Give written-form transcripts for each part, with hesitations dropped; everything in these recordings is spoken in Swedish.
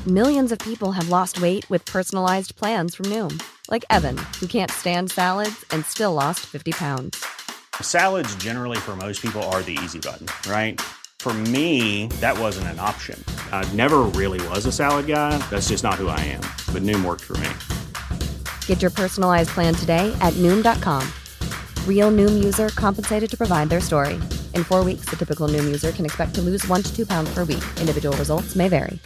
Millions of people have lost weight with personalized plans from Noom. Like Evan, who can't stand salads and still lost 50 pounds. Salads generally for most people are the easy button, right? For me, that wasn't an option. I never really was a salad guy. That's just not who I am. But Noom worked for me. Get your personalized plan today at Noom.com. Real Noom user compensated to provide their story. In 4 weeks, the typical Noom user can expect to lose 1 to 2 pounds per week. Individual results may vary.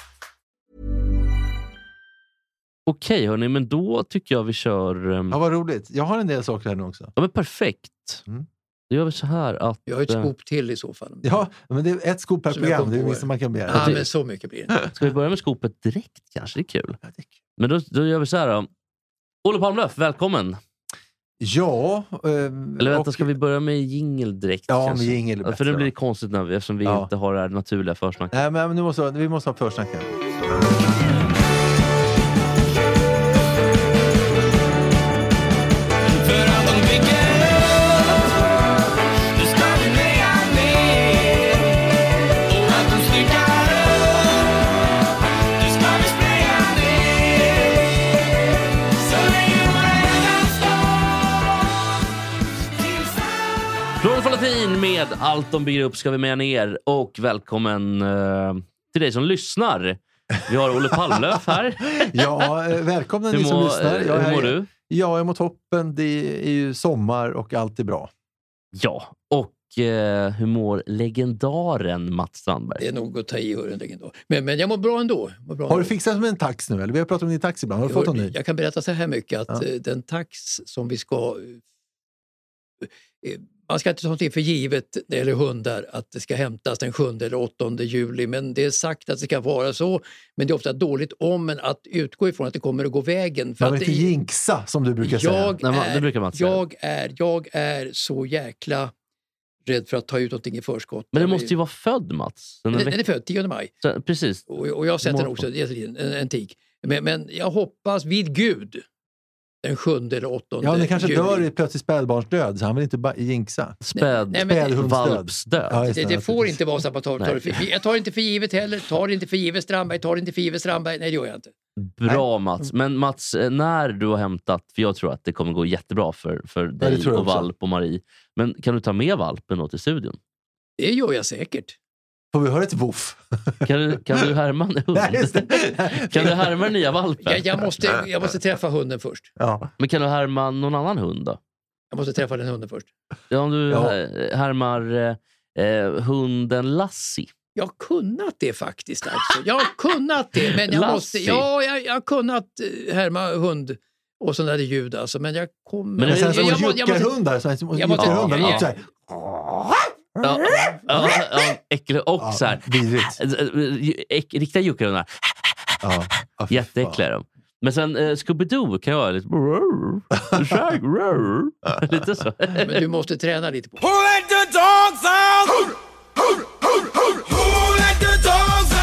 Okej, hörni, men då tycker jag vi kör... Ja, vad roligt. Jag har en del saker här nu också. Ja, men perfekt. Då gör vi så här att... Jag har ett skop till i så fall. Ja, men det är ett skop per program. Det är minst man kan begära. Ja, men så mycket blir det. Ska vi börja med skopet direkt kanske? Det är kul. Men då gör vi så här då. Olle Palmlöf, välkommen. Ja. Eller vänta, ska vi börja med jingle direkt? Ja, kanske? med jingle bättre. För det blir konstigt när eftersom vi inte har det här naturliga försnacket. Nej, men vi måste ha försnacket. Med allt de bygger upp ska vi med er. Och välkommen till dig som lyssnar. Vi har Olle Palmlöf här. Ja, välkomna ni som lyssnar. Hur mår du? Ja, jag mår toppen. Det är ju sommar och allt är bra. Ja, och hur mår legendaren Mats Strandberg? Det är nog att ta i en legendar. Men jag mår bra ändå. Har du fixat med en tax nu? Eller vi har pratat om din tax ibland. Har du fått en ny? Jag kan berätta så här mycket att den tax som vi ska... Man ska inte ta någonting för givet när det gäller hundar att det ska hämtas den 7 eller 8 juli, men det är sagt att det ska vara så, men det är ofta dåligt om en att utgå ifrån att det kommer att gå vägen. För man vill inte jinxa som du brukar säga. Det brukar man säga. Jag är så jäkla rädd för att ta ut någonting i förskott. Men det måste ju vara född, Mats. Den är född 10 maj. Så, precis. Och jag sätter den också en tik. Men jag hoppas vid Gud den 7 eller 8 Ja, det kanske dör i plötsligt spädbarnsdöd, så han vill inte bara jinxa. Spädvalpsdöd. Ja, det får inte vara så att man tar det. Jag tar inte för givet heller. Tar inte för givet Strandberg. Nej, det gör jag inte. Bra, Mats. Men Mats, när du har hämtat, för jag tror att det kommer gå jättebra för dig och Valp och Marie. Men kan du ta med valpen då till studion? Det gör jag säkert. Får vi höra ett woof? Kan du härma en hund? Kan du härma den nya valpen? Jag måste träffa hunden först. Ja. Men kan du härma någon annan hund då? Jag måste träffa den hunden först. Ja, om du härmar hunden Lassie. Jag har kunnat det faktiskt. Alltså. Jag har kunnat det, men jag måste... Ja, jag har kunnat härma hund och sådana där ljud. Alltså, men jag kommer... Men det känns som att juckarhundar. Ja, äcklig och så här. Riktiga juckarhundar. Jätteäckliga de. Men sen Scooby-Doo kan jag lite... lite så. Men du måste träna lite på. Who let the dogs out? Who let the dogs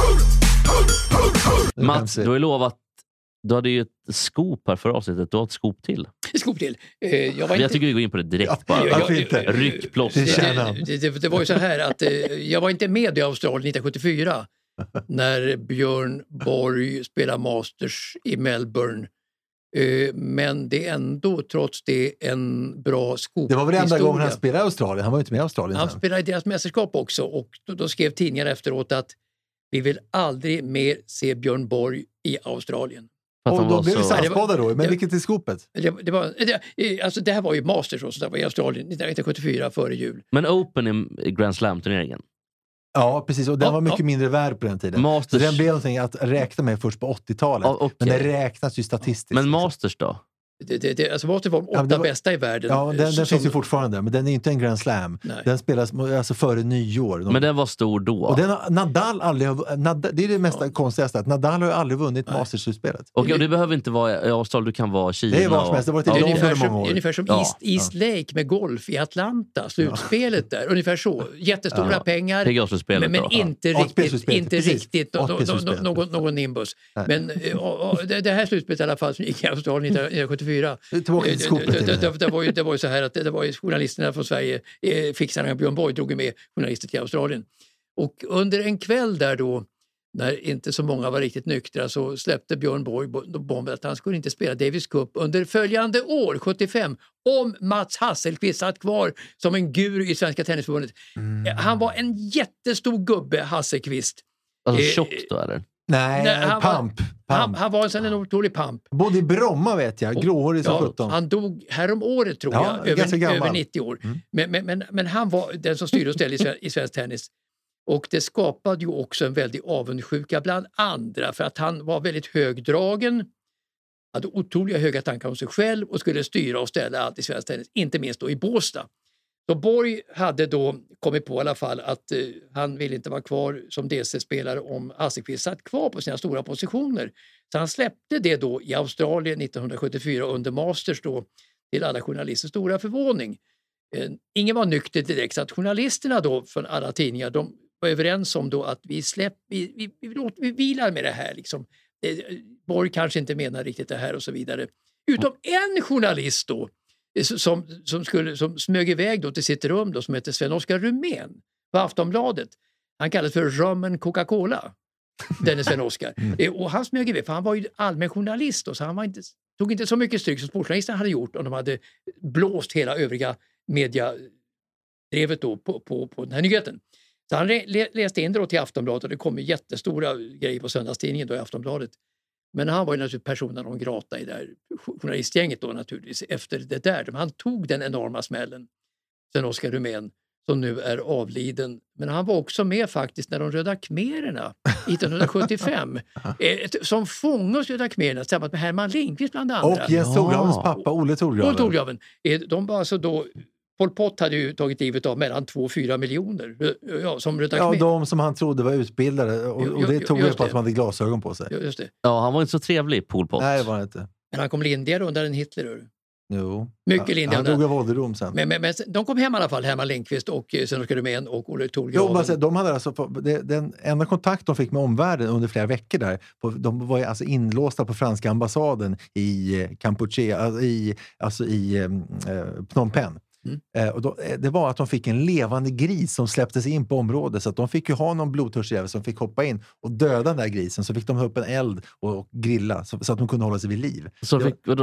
out? Mats, du har ju lovat. Du hade ju ett skop här för avsnittet. Du har ett skop till. Skop till. Jag tycker vi går in på det direkt bara. Ryckplåster. Det var ju så här att jag var inte med i Australien 1974 när Björn Borg spelade Masters i Melbourne. Men det är ändå trots det en bra skop. Det var väl enda gången han spelade i Australien. Han var ju inte med i Australien. Han spelade i deras mästerskap också, och då skrev tidningar efteråt att vi vill aldrig mer se Björn Borg i Australien. Och då blev vi samspådda då. Men vilket är skopet? Det här var ju Masters och så där var i Australien 1974 före jul. Men Open i Grand Slam-turneringen? Ja, precis. Och den var mycket mindre värd på den tiden. Masters... Så den blev någonting att räkna med först på 80-talet. Okay. Men det räknas ju statistiskt. Men Masters då? Alltså Masters var de 8 bästa i världen. Ja, den finns ju fortfarande. Men den är ju inte en Grand Slam. Nej. Den spelas alltså före nyår. Men den var stor då. Och den har, Nadal aldrig det är det mest konstigaste. Att Nadal har ju aldrig vunnit Masters-slutspelet. Och det behöver inte vara i Australien, du kan vara Kina. Det är varsmest. Det har varit i många år. Ungefär som East Lake med golf i Atlanta. Slutspelet där. Ungefär så. Jättestora pengar. Men inte riktigt någon nimbus. Men det här slutspelet i alla fall som gick i Australien 1974. Det var ju så här att det var ju journalisterna från Sverige, fixarna Björn Borg drog med journalister till Australien. Och under en kväll där då när inte så många var riktigt nyktra, så släppte Björn Borg bomben att han skulle inte spela Davis Cup under följande år, 75, om Mats Hasselqvist satt kvar som en guru i Svenska Tennisförbundet. Han var en jättestor gubbe, Hasselqvist. Alltså tjock då, eller? Nej, pamp. Han var en otrolig pamp. Både i Bromma vet jag, gråhårig som 17. Han dog här om året tror jag, över 90 år. Men han var den som styrde och ställde i svensk tennis. Och det skapade ju också en väldig avundsjuka bland andra, för att han var väldigt högdragen, hade otroliga höga tankar om sig själv och skulle styra och ställa allt i svensk tennis, inte minst då i Båstad. Så Borg hade då kommit på i alla fall att han ville inte vara kvar som DC-spelare om Hasselqvist satt kvar på sina stora positioner. Så han släppte det då i Australien 1974 under Masters då, till alla journalisters stora förvåning. Ingen var nykter direkt, så att journalisterna då från alla tidningar, de var överens om då att vi vilar med det här. Liksom. Borg kanske inte menar riktigt det här och så vidare. Utom en journalist då, som smög iväg då till sitt rum då, som heter Sven-Oskar Rumén på Aftonbladet. Han kallades för Rummen Coca-Cola, denne Sven-Oskar. Och han smög iväg, för han var ju allmän journalist då, så han tog inte så mycket stryk som sportjournalisterna hade gjort om de hade blåst hela övriga mediadrevet då på den här nyheten. Så han läste in det då till Aftonbladet, och det kom jättestora grejer på söndagstidningen då i Aftonbladet. Men han var ju naturligtvis personen non grata i det här journalistgänget då naturligtvis efter det där. Han tog den enorma smällen, Sven-Oskar Rumén, som nu är avliden. Men han var också med faktiskt när de Röda Khmererna 1975 som fånga hos Röda Khmererna tillsammans med Herman Lindqvist bland andra. Och Jens Thorgravens pappa, Olle Thorgraven. De var alltså då... Pol Pot hade ju tagit livet av mellan 2-4 miljoner. Som Röda Khmer. De som han trodde var utbildade. Och det tog jag på att man hade glasögon på sig. Just det. Ja, han var inte så trevlig, Pol Pot. Nej, det var han inte. Men han kom lindigare under en Hitler. Jo. Mycket lindigare. Han dog av ålderdom sen. Men de kom hem i alla fall, Herman Lindqvist och Sven-Oskar Rumén och Olle Thorgraven. Jo, de hade alltså, den enda kontakt de fick med omvärlden under flera veckor där, de var alltså inlåsta på franska ambassaden i Kampuchea, i Phnom Penh. Och det var att de fick en levande gris som släpptes in på området, så att de fick ju ha någon blodtörstig som fick hoppa in och döda den där grisen, så fick de ha upp en eld och grilla så att de kunde hålla sig vid liv. Så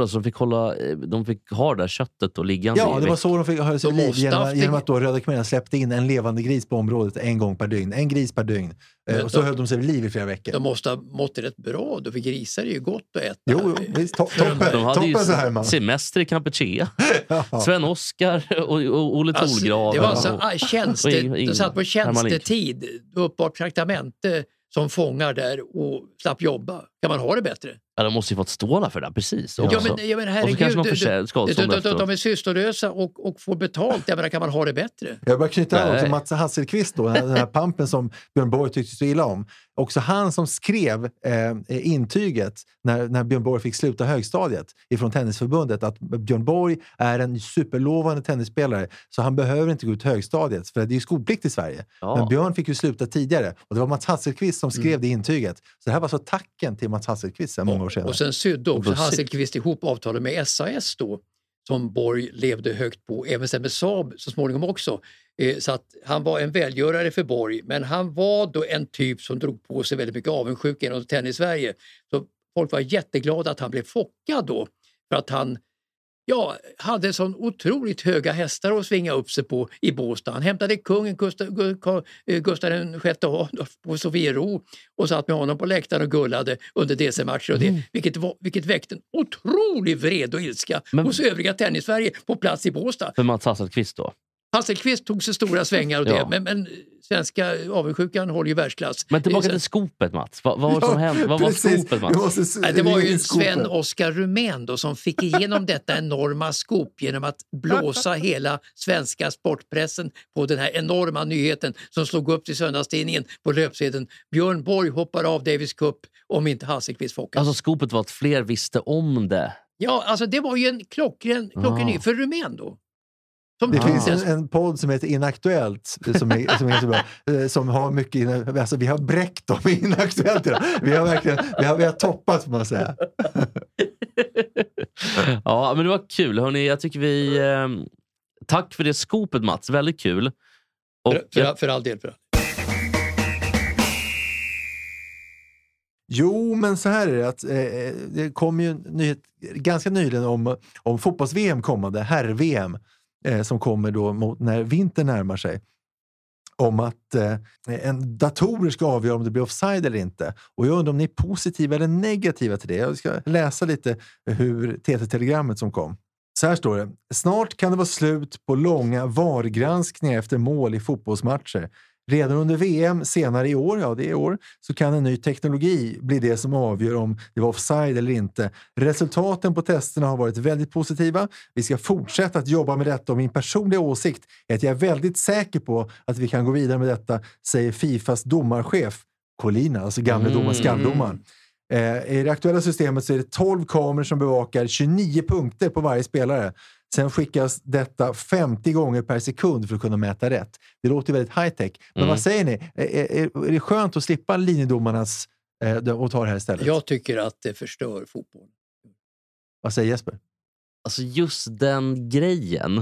de fick ha det där köttet och liggande. Ja, det var så de fick hålla sig vid liv genom att då Röda Khmererna släppte in en levande gris på området en gång per dygn, en gris per dygn. Och så höll de sig vid liv i flera veckor. De måste ha mått rätt bra då, för grisar är ju gott att äta. Jo, visst, de hade ju semester i Kampuchea. Sven-Oskar och Olle Thorgraven. Det var alltså de satt på tjänstetid, uppbart traktamente som fångar där och slapp jobba. Kan man ha det bättre? Ja, de måste ju fått stå där för det, precis. Ja, men herregud, de är systerlösa och får betalt. Jag menar, kan man ha det bättre? Jag bara knyta också Mats Hasselqvist då, den här pampen som Björn Borg tyckte så illa om. Också han som skrev intyget när Björn Borg fick sluta högstadiet ifrån Tennisförbundet, att Björn Borg är en superlovande tennisspelare, så han behöver inte gå ut högstadiet, för det är ju skolplikt i Sverige. Ja. Men Björn fick ju sluta tidigare, och det var Mats Hasselqvist som skrev det intyget. Så det här var så tacken till Mats Hasselqvist många år senare. Och sen sydde också Hasselqvist ihop avtalet med SAS då, som Borg levde högt på, även sen med Saab så småningom också. Så att han var en välgörare för Borg, men han var då en typ som drog på sig väldigt mycket avundsjuka genom tennis i Sverige. Så folk var jätteglada att han blev fockad då, för att han hade sån otroligt höga hästar att svinga upp sig på i Båstad. Han hämtade kungen Gustav VI på Sofiero och satt med honom på läktaren och gullade under DC-matcher. Och det, vilket väckte en otrolig vred och ilska hos övriga tennis-Sverige på plats i Båstad. För Mats Hasselqvist då? Hasselqvist tog sig stora svängar och det, men svenska avundsjukan håller ju världsklass. Men tillbaka till skopet, Mats. Vad var det som hände? Vad var skopet, Mats? Det var ju Sven-Oskar Rumén då, som fick igenom detta enorma skop genom att blåsa hela svenska sportpressen på den här enorma nyheten som slog upp till söndagstidningen på löpsedeln. Björn Borg hoppar av Davis Cup om inte Hasselqvist fockas. Alltså skopet var att fler visste om det. Ja, alltså det var ju en klockren för Rumén då. Det finns en podd som heter Inaktuellt som är så bra, som har mycket, alltså vi har bräckt dem i Inaktuellt. Vi har toppat, får man säga. Ja, men det var kul. Hörrni, jag tycker tack för det skopet, Mats. Väldigt kul. Och för all del. Jo, men så här är det att det kom ju en nyhet ganska nyligen om fotbolls-VM kommande, herr-VM, som kommer då när vintern närmar sig. Om att en datorer ska avgöra om det blir offside eller inte. Och jag undrar om ni är positiva eller negativa till det. Jag ska läsa lite hur TT-telegrammet som kom. Så här står det. Snart kan det vara slut på långa VAR-granskningar efter mål i fotbollsmatcher. Redan under VM senare i år, ja det är i år, så kan en ny teknologi bli det som avgör om det var offside eller inte. Resultaten på testerna har varit väldigt positiva. Vi ska fortsätta att jobba med detta och min personliga åsikt är att jag är väldigt säker på att vi kan gå vidare med detta, säger FIFAs domarchef Colina, alltså gamla skalldomaren. I det aktuella systemet så är det 12 kameror som bevakar 29 punkter på varje spelare. Sen skickas detta 50 gånger per sekund för att kunna mäta rätt. Det låter väldigt high-tech. Men vad säger ni? Är det skönt att slippa linjedomarnas och ta det här istället? Jag tycker att det förstör fotboll. Vad säger Jesper? Alltså just den grejen,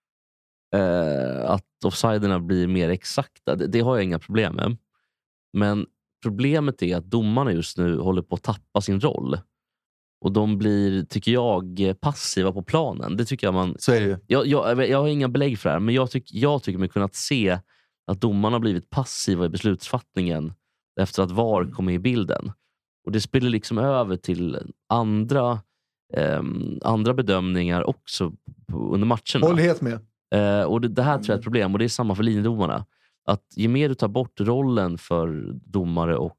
att offsiderna blir mer exakta, det har jag inga problem med. Men problemet är att domarna just nu håller på att tappa sin roll. Och de blir, tycker jag, passiva på planen. Det tycker jag man... Så är det ju. Jag har inga belägg för det här, men jag tycker mig kunnat se att domarna har blivit passiva i beslutsfattningen efter att VAR kom i bilden. Och det spiller liksom över till andra bedömningar också under matcherna. Håll helt med. Och det här tror jag är ett problem, och det är samma för linjedomarna. Att ju mer du tar bort rollen för domare och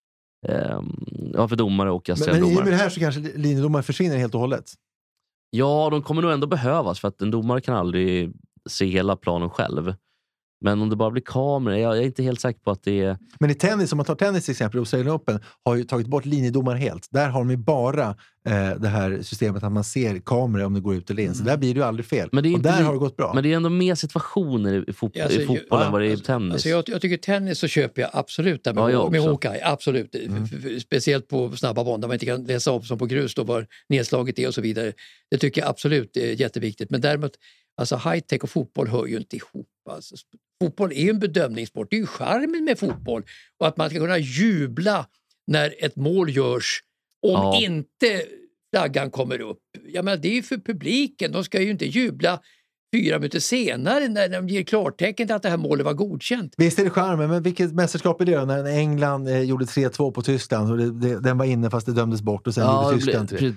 för domare och assisterande domare. Men i och med det här så kanske linjedomare försvinner helt och hållet? Ja, de kommer nog ändå behövas, för att en domare kan aldrig se hela planen själv. Men om det bara blir kameror, jag är inte helt säker på att det är... Men i tennis, om man tar tennis till exempel, Australian Open har ju tagit bort linjedomare helt. Där har de ju bara det här systemet att man ser kameror om det går ut eller in. Så där blir det ju aldrig fel. Men det är och där har det gått bra. Men det är ändå mer situationer i fotboll än vad det är i tennis. Alltså jag tycker tennis så köper jag absolut där med Hawkeye. Absolut. Speciellt på snabba banor där man inte kan läsa upp som på grus då var nedslaget är och så vidare. Det tycker jag absolut är jätteviktigt. Men däremot, alltså high-tech och fotboll hör ju inte ihop. Alltså, fotboll är ju en bedömningssport. Det är ju charmen med fotboll. Och att man ska kunna jubla när ett mål görs om inte flaggan kommer upp. Ja, men det är ju för publiken. De ska ju inte jubla 4 minuter senare när de ger klartecken till att det här målet var godkänt. Visst är det charmen, men vilket mästerskap är det då? När England gjorde 3-2 på Tyskland och den var inne fast det dömdes bort och sen gjorde Tyskland 3.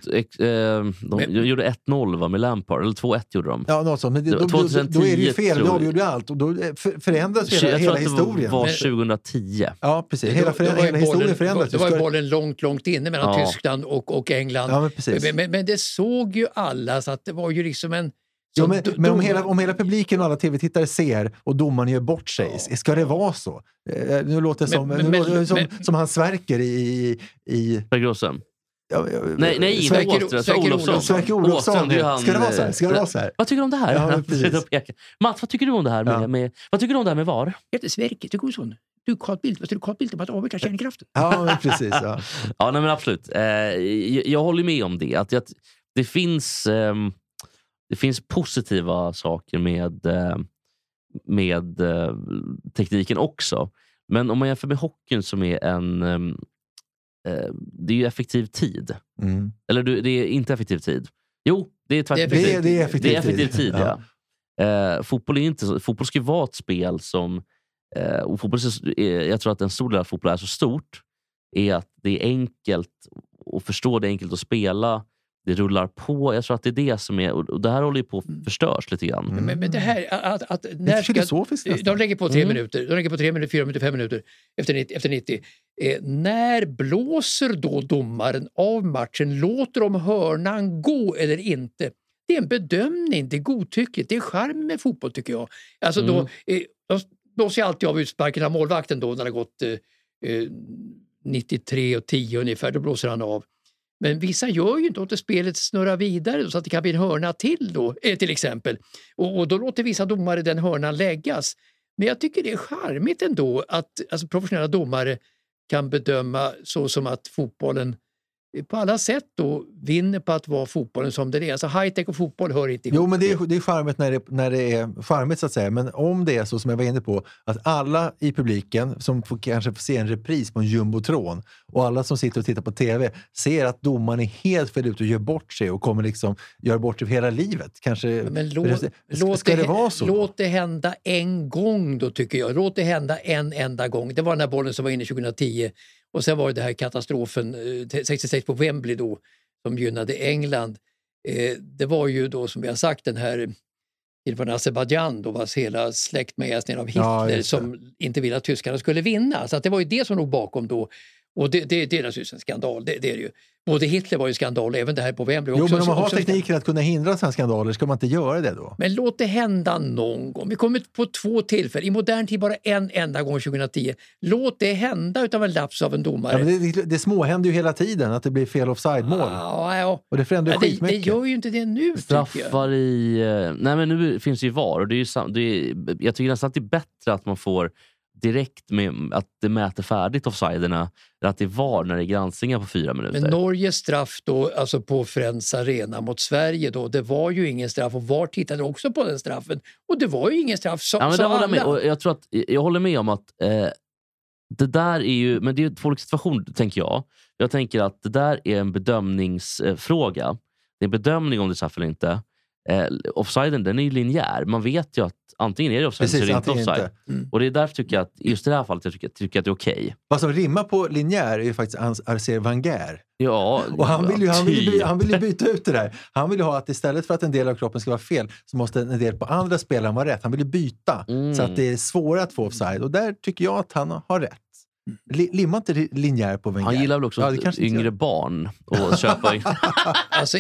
De gjorde 1-0 med Lampard, eller 2-1 gjorde de. Ja, något sånt. Men då är det ju fel, då avgjorde allt och då förändras hela historien. Jag tror att det var 2010. Ja, precis. Hela historien förändras. Då var bollen långt inne mellan Tyskland och England. Ja, men det såg ju alla, så att det var ju liksom en... Ja, men om hela publiken och alla tv-tittare ser och domaren gör bort sig, ska det vara så? Nu låter det som han Sverker i Per Grossen. Nej, Sverker Olofsson. Ska det vara så här? Vad tycker du om det här? Ja, Mats, vad tycker du om det här vad tycker du om det här med VAR? Sverker, tycker du sån? Du Carl Bildt, vad tycker du Carl Bildt om att avveckla kärnkraften? Ja, precis. Ja, nej, men absolut. Jag håller med om det. Att det finns positiva saker med tekniken också. Men om man jämför med hockeyn som är det är ju effektiv tid. Eller det är inte effektiv tid. Jo, det är tvärtom. Det är effektiv tid, ja. Fotboll ska ju vara ett spel som och jag tror att en stor del av fotboll är så stort är att det är enkelt att förstå, det är enkelt att spela. Det rullar på. Jag tror att det är det som är... Och det här håller ju på att förstörs lite grann. Men det här... Att när ska, de lägger på 3 minuter. De lägger på 3 minuter, 4 minuter, 5 minuter efter 90. När blåser då domaren av matchen? Låter de hörnan gå eller inte? Det är en bedömning. Det är godtyckligt. Det är charm med fotboll, tycker jag. Alltså de blåser alltid av utsparken av målvakten då när det har gått 93:10 ungefär. Då blåser han av. Men vissa gör ju inte att spelet snurrar vidare då, så att det kan bli en hörna till exempel. Och då låter vissa domare den hörnan läggas. Men jag tycker det är charmigt ändå att professionella domare kan bedöma så som att fotbollen på alla sätt då vinner på att vara fotbollen som det är. Alltså high-tech och fotboll hör inte ihop. Jo, men det är charmigt när det är charmigt så att säga. Men om det är så som jag var inne på, att alla i publiken som kanske får se en repris på en jumbotron och alla som sitter och tittar på tv ser att domaren är helt fel ut och gör bort sig och kommer liksom göra bort sig för hela livet. Kanske, men låt det hända en gång då, tycker jag. Låt det hända en enda gång. Det var den här bollen som var inne 2010. Och sen var det här katastrofen 66 på Wembley då, som gynnade England. Det var ju då, som vi har sagt, den här från Azerbaijan då, vars hela släkt med äsningen av Hitler som inte ville att tyskarna skulle vinna. Så att det var ju det som låg bakom då. Och det är naturligtvis en skandal, det är det ju. Både Hitler var ju skandal, även det här på Wembley. Jo, men om man har tekniken att kunna hindra sådana skandaler, ska man inte göra det då? Men låt det hända någon gång. Vi kommer på 2 tillfällen. I modern tid bara en enda gång 2010. Låt det hända utav en laps av en domare. Ja, men det små händer ju hela tiden, att det blir fel offside-mål. Ja. Och det förändrar skitmycket. Det gör ju inte det nu, straffar i... Nej, men nu finns det ju VAR. Och det är ju, jag tycker nästan att det är bättre att man får direkt med att det mäter färdigt offsiderna, att det var när det är granskningar på 4 minuter. Men Norges straff då, alltså på Friends Arena mot Sverige då, det var ju ingen straff, och VAR tittade också på den straffen, och det var ju ingen straff. Jag håller med om att det där är ju, men det är ju ett folksituation, tänker jag. Jag tänker att det där är en bedömningsfråga. Det är en bedömning om det är straff eller inte. Offsiden, den är ju linjär. Man vet ju att antingen är det offside eller inte offside. Och det är därför tycker jag att just i det här fallet jag tycker att det är okej. Vad som rimmar på linjär är ju faktiskt Arsène Wenger. Ja, och han vill ju byta ut det där. Han vill ju ha att istället för att en del av kroppen ska vara fel, så måste en del på andra spelare vara rätt. Han vill ju byta så att det är svårare att få offside. Och där tycker jag att han har rätt. Limmar inte linjär på Wenger. Han gillar väl också yngre barn och köpa alltså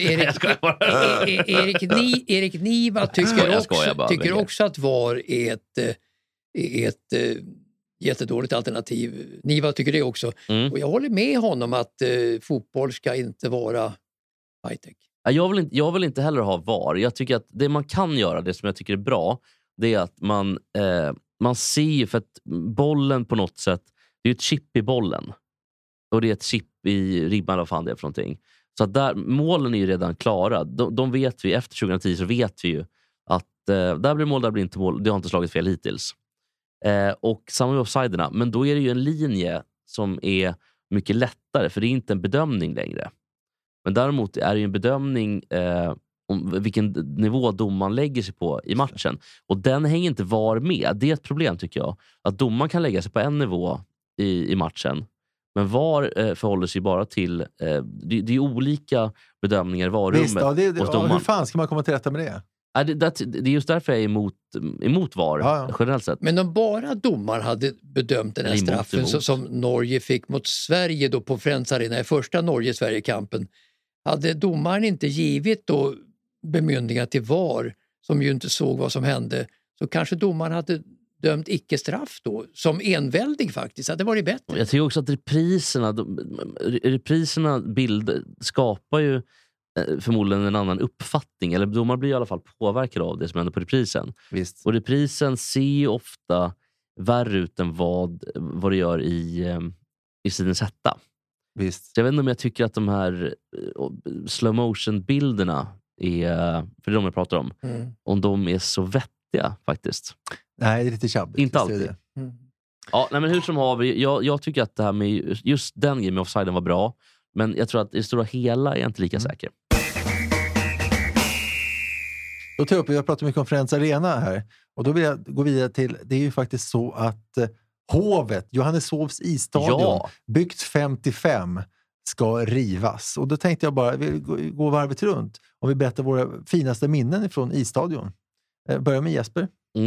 Erik Niva tycker också att VAR är ett jättedåligt alternativ. Niva tycker det också. Och jag håller med honom att fotboll ska inte vara high-tech. Jag vill inte heller ha VAR. Jag tycker att det man kan göra, det som jag tycker är bra, det är att man ser, för att bollen på något sätt, det är ett chip i bollen. Och det är ett chip i ribban, vad fan det är för någonting. Så att där, målen är ju redan klara. De vet vi, efter 2010 så vet vi ju att där blir mål, där blir inte mål. Det har inte slagit fel hittills. Och samma med offsiderna. Men då är det ju en linje som är mycket lättare, för det är inte en bedömning längre. Men däremot är det ju en bedömning om vilken nivå domaren lägger sig på i matchen. Och den hänger inte VAR med. Det är ett problem, tycker jag. Att domaren kan lägga sig på en nivå i matchen. Men VAR förhåller sig bara till... det är olika bedömningar i VAR-rummet. Visst, hur fan ska man komma till rätta med det? Det är just därför jag är emot VAR, generellt sett. Men om bara domar hade bedömt den här straffen som Norge fick mot Sverige då på Friends Arena i första Norge-Sverige-kampen, hade domaren inte givit då bemyndigat till VAR, som ju inte såg vad som hände, så kanske domaren hade dömt icke-straff då, som enväldig faktiskt. Det var det bättre. Jag tycker också att repriserna skapar ju förmodligen en annan uppfattning. Eller domar blir i alla fall påverkade av det som händer på reprisen. Visst. Och reprisen ser ju ofta värre ut än vad det gör i sidens hetta. Visst. Så jag vet inte om jag tycker att de här slow motion bilderna är, för det är de jag pratar om, om de är så vettiga faktiskt. Nej, det är lite tjabbigt. Inte alltid. Ja, nej, men hur som har vi, jag tycker att det här med just den grejen med offsiden var bra, men jag tror att i det stora hela är jag inte lika säker. Då tar jag upp, jag pratar mycket om Friends Arena här, och då vill jag gå vidare till, det är ju faktiskt så att Hovet, Johanneshovs isstadion, byggt 55, ska rivas. Och då tänkte jag bara, vi går varvet runt om vi berättar våra finaste minnen från isstadion. Börjar med Jesper.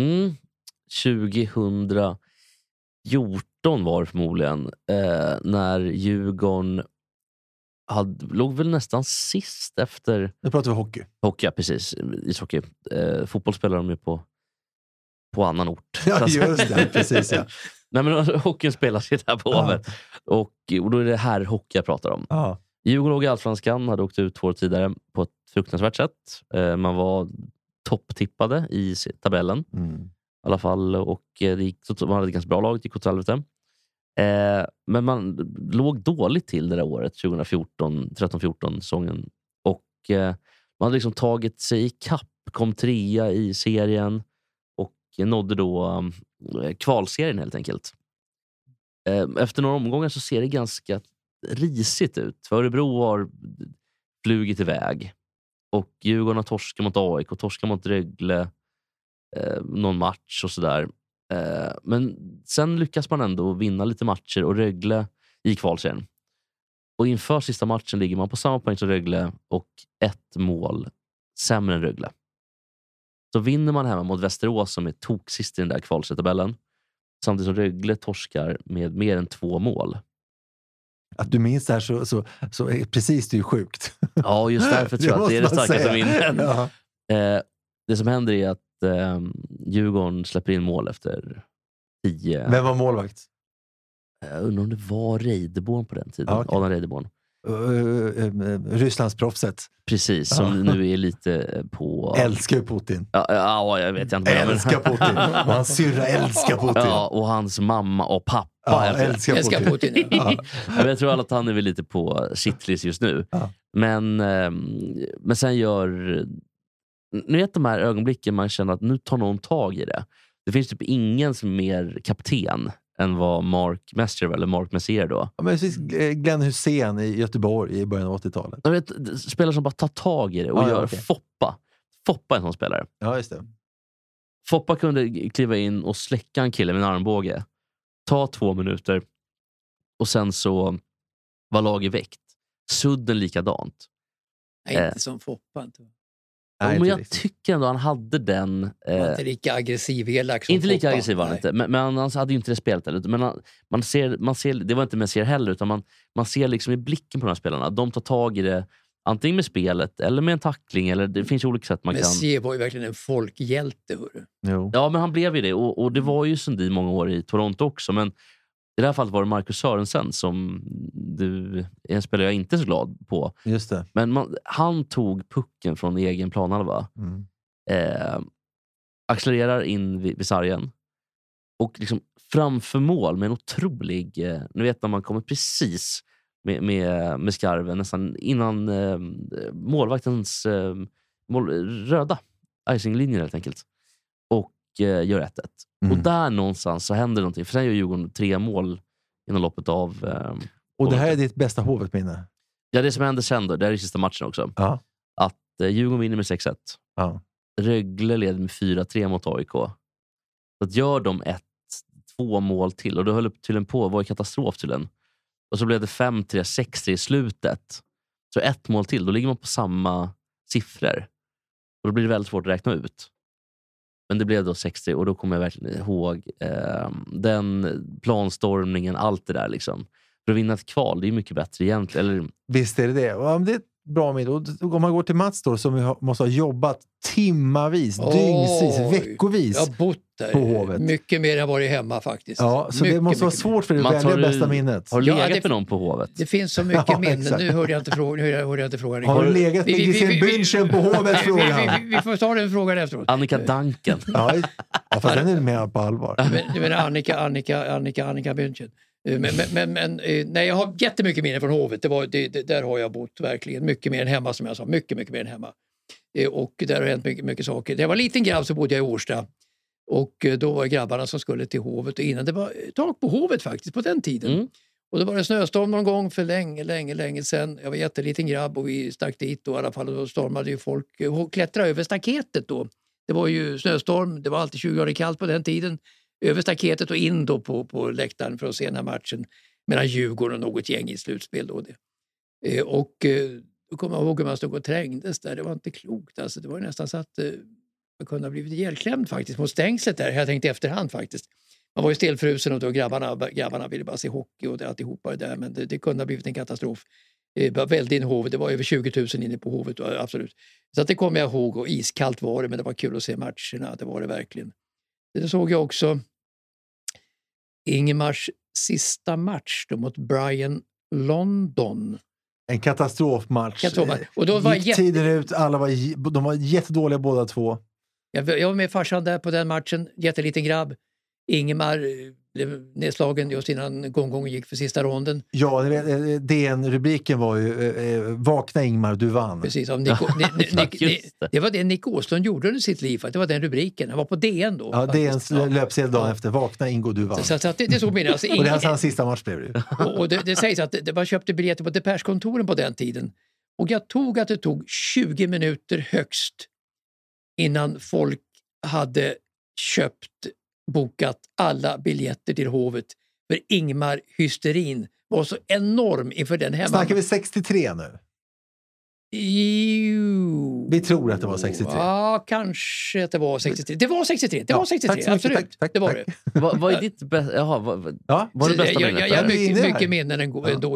2014 var det förmodligen, när Djurgården låg väl nästan sist efter... Nu pratar vi hockey. Hockey, ja, precis. Ishockey. Fotboll spelar de ju på annan ort. Ja, just det. Precis, ja. Nej, men hockeyn spelas ju där på Hovet. Och då är det här hockey jag pratar om. Djurgården låg i Allsvenskan, hade åkt ut 2 år tidigare på ett fruktansvärt sätt. Man var topptippade i tabellen. I alla fall. Och man hade ett ganska bra lag, det gick åt helvete. Men man låg dåligt till det där året, 13-14 säsongen. Och man hade liksom tagit sig i kapp, kom 3:a i serien och nådde då kvalserien helt enkelt. Efter några omgångar så ser det ganska risigt ut. För Örebro har flugit iväg. Och Djurgården har torskat mot AIK och torskat mot Rögle någon match och sådär. Men sen lyckas man ändå vinna lite matcher och Rögle i kvalserien. Och inför sista matchen ligger man på samma poäng som Rögle och 1 mål sämre än Rögle. Så vinner man hemma mot Västerås som är toksist i den där kvalserietabellen. Samtidigt som Rögle torskar med mer än 2 mål. Att du minns det här så är precis det är sjukt. Ja, just därför tror jag att det är det starkaste minnen. Ja. Det som händer är att Djurgården släpper in mål efter 10. Vem var målvakt? Jag undrar om det var Reideborn på den tiden. Okay. Adam Reideborn. Rysslands proffset. Precis, som nu är lite på... Älskar ju Putin. Ja, jag vet inte. Älskar Putin. Och hans syrra älskar Putin. Ja, och hans mamma och pappa älskar Putin. Ja. Jag tror att han är väl lite på shitlist just nu. Ja. Men sen gör... Nu vet de här ögonblicken man känner att nu tar någon tag i det. Det finns typ ingen som är mer kapten än vad Mark Messier eller Mark Messier då. Ja, men Glenn Hussein i Göteborg i början av 80-talet. Jag vet, spelare som bara tar tag i det och gör Foppa. Foppa är en sån spelare. Ja, just det. Foppa kunde kliva in och släcka en kille med en armbåge. Ta 2 minuter och sen så var laget väckt. Sudden likadant. Nej, inte som Foppa inte. Men jag tycker ändå han hade den... inte lika aggressiv elak som inte lika Foppa. Aggressiv var han inte. Men han hade ju inte det spelet heller. Men man ser, det var inte Messier heller. Utan man ser liksom i blicken på de här spelarna. De tar tag i det antingen med spelet eller med en tackling. Eller det finns ju olika sätt man kan... Messier var ju verkligen en folkhjälte. Jo. Ja, men han blev ju det. Och det var ju Sundin många år i Toronto också. Men i det här fallet var det Marcus Sörensen som en spelare jag inte är så glad på. Just det. Men han tog pucken från egen planhalva. Accelererar in vid sargen. Och liksom framför mål med en otrolig... nu vet när man kommer precis med skarven nästan innan målvaktens röda icinglinjen helt enkelt. Och gör 1-1. Och där någonstans så händer någonting. För sen gör Djurgården 3 mål inom loppet av... och det här är ditt bästa Hovet-minne? Ja, det som händer sen då, det är i sista matchen också. Ja. Att Djurgården vinner med 6-1. Ja. Rögle leder med 4-3 mot AIK. Så att gör de 2 mål till. Och då höll upp till en på, var ju katastrof till en. Och så blev det 5-3, 6-3 i slutet. Så 1 mål till, då ligger man på samma siffror. Och då blir det väldigt svårt att räkna ut. Men det blev då 60 och då kommer jag verkligen ihåg den planstormningen, allt det där liksom. För att vinna ett kval, det är mycket bättre egentligen. Eller... Visst är det det. Och om det är bra med om man går till Mats då, som måste ha jobbat timmavis, dygnsvis, veckovis. Jag har bott där. På Hovet. Mycket mer än jag varit hemma faktiskt. Ja, så det måste vara svårt för dig att välja bästa minnet. Har du legat med någon på Hovet? Det finns så mycket minnen. Nu hörde jag inte frågan. Har du legat med Giselle Bündchen på Hovet? Vi får ta den frågan efteråt. Annika Duncan. Ja, fast den är med på allvar. Du menar Annika Bündchen. Men nej, jag har jättemycket minnen från Hovet. Där har jag bott verkligen. Mycket mer än hemma, som jag sa. Mycket mer än hemma. Och där har hänt mycket saker. När jag var liten grabb så bodde jag i Årsta. Och då var grabbarna som skulle till Hovet. Och innan det var tak på Hovet faktiskt på den tiden. Och då var det snöstorm någon gång för länge sedan. Jag var jätteliten grabb och vi stack dit då, i alla fall. Och då stormade ju folk och klättrade över staketet då. Det var ju snöstorm. Det var alltid 20 grader kallt på den tiden. Över staketet och in då på läktaren för att se den här matchen mellan Djurgården och något gäng i slutspel då. Och då kommer jag ihåg hur man stod och trängdes där. Det var inte klokt. Alltså, det var nästan så att man kunde ha blivit ihjälklämd faktiskt mot stängslet där. Jag tänkte efterhand faktiskt. Man var ju stelfrusen och då grabbarna ville bara se hockey och alltihopa det där. Men det kunde ha blivit en katastrof. Väldigt in Hovet. Det var över 20 000 inne på Hovet. Absolut. Så att det kommer jag ihåg och iskallt var det. Men det var kul att se matcherna. Det var det verkligen. Det såg jag också Ingemars sista match då mot Brian London. En katastrofmatch. Och då var gick tiden ut, de var jättedåliga båda två. Jag var med farsan där på den matchen, jätteliten grabb. Ingemar blev nedslagen just innan gången gick för sista ronden. Ja, rubriken var ju Vakna Ingmar, du vann. Precis, det var det Nick Åslund gjorde under sitt liv. Det var den rubriken. Han var på DN då. Ja, DNs löpsedel dagen efter. Vakna Ingo, du vann. Så det såg mig. Alltså, och det är hans sista match blev det. Och det sägs att man köpte biljetter på Depeche-kontoren på den tiden. Och jag tog att det tog 20 minuter högst innan folk hade bokat alla biljetter till Hovet. För Ingmar hysterin var så enorm inför den hemma. Snackar vi 63 nu? Jo. Vi tror att det var 63. Ja, kanske att det var 63. Det var 63, det var 63, absolut. Tack. Det var det. Vad är ditt bästa? Var det bästa minnet? Jag har mycket minnen ändå.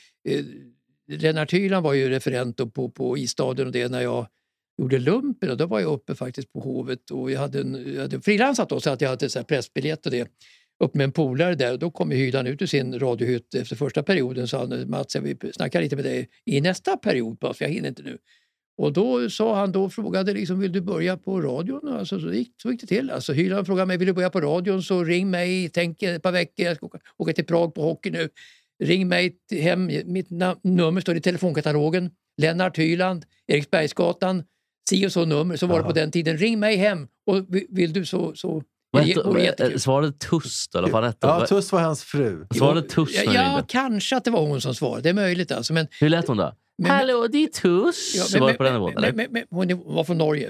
Lennart Hyland var ju referent på isstadion och det när jag gjorde lumpen, och då var jag uppe faktiskt på Hovet och jag hade frilansat då, så att jag hade så här pressbiljett och det upp med en polare där, och då kom Hyland ut ur sin radiohytt efter första perioden, så han, Mats, jag vill snacka lite med dig i nästa period bara, för jag hinner inte nu. Och då sa han, då frågade liksom, vill du börja på radion? Alltså, så gick det till. Alltså, Hyland frågade mig, vill du börja på radion, så ring mig, tänk ett par veckor, jag ska åka till Prag på hockey nu. Ring mig hem, mitt nummer står i telefonkatalogen. Lennart Hyland, Eriksbergsgatan, si och så nummer, så var det på den tiden. Ring mig hem, och vill du så svarade Tuss då? Ja, Tuss var hans fru. Svarade Tuss? Ja, kanske att det var hon som svarade. Det är möjligt alltså. Men, hur lät hon då? Hallå, det är Tuss. Ja, var det på den nivån, eller? Hon var från Norge.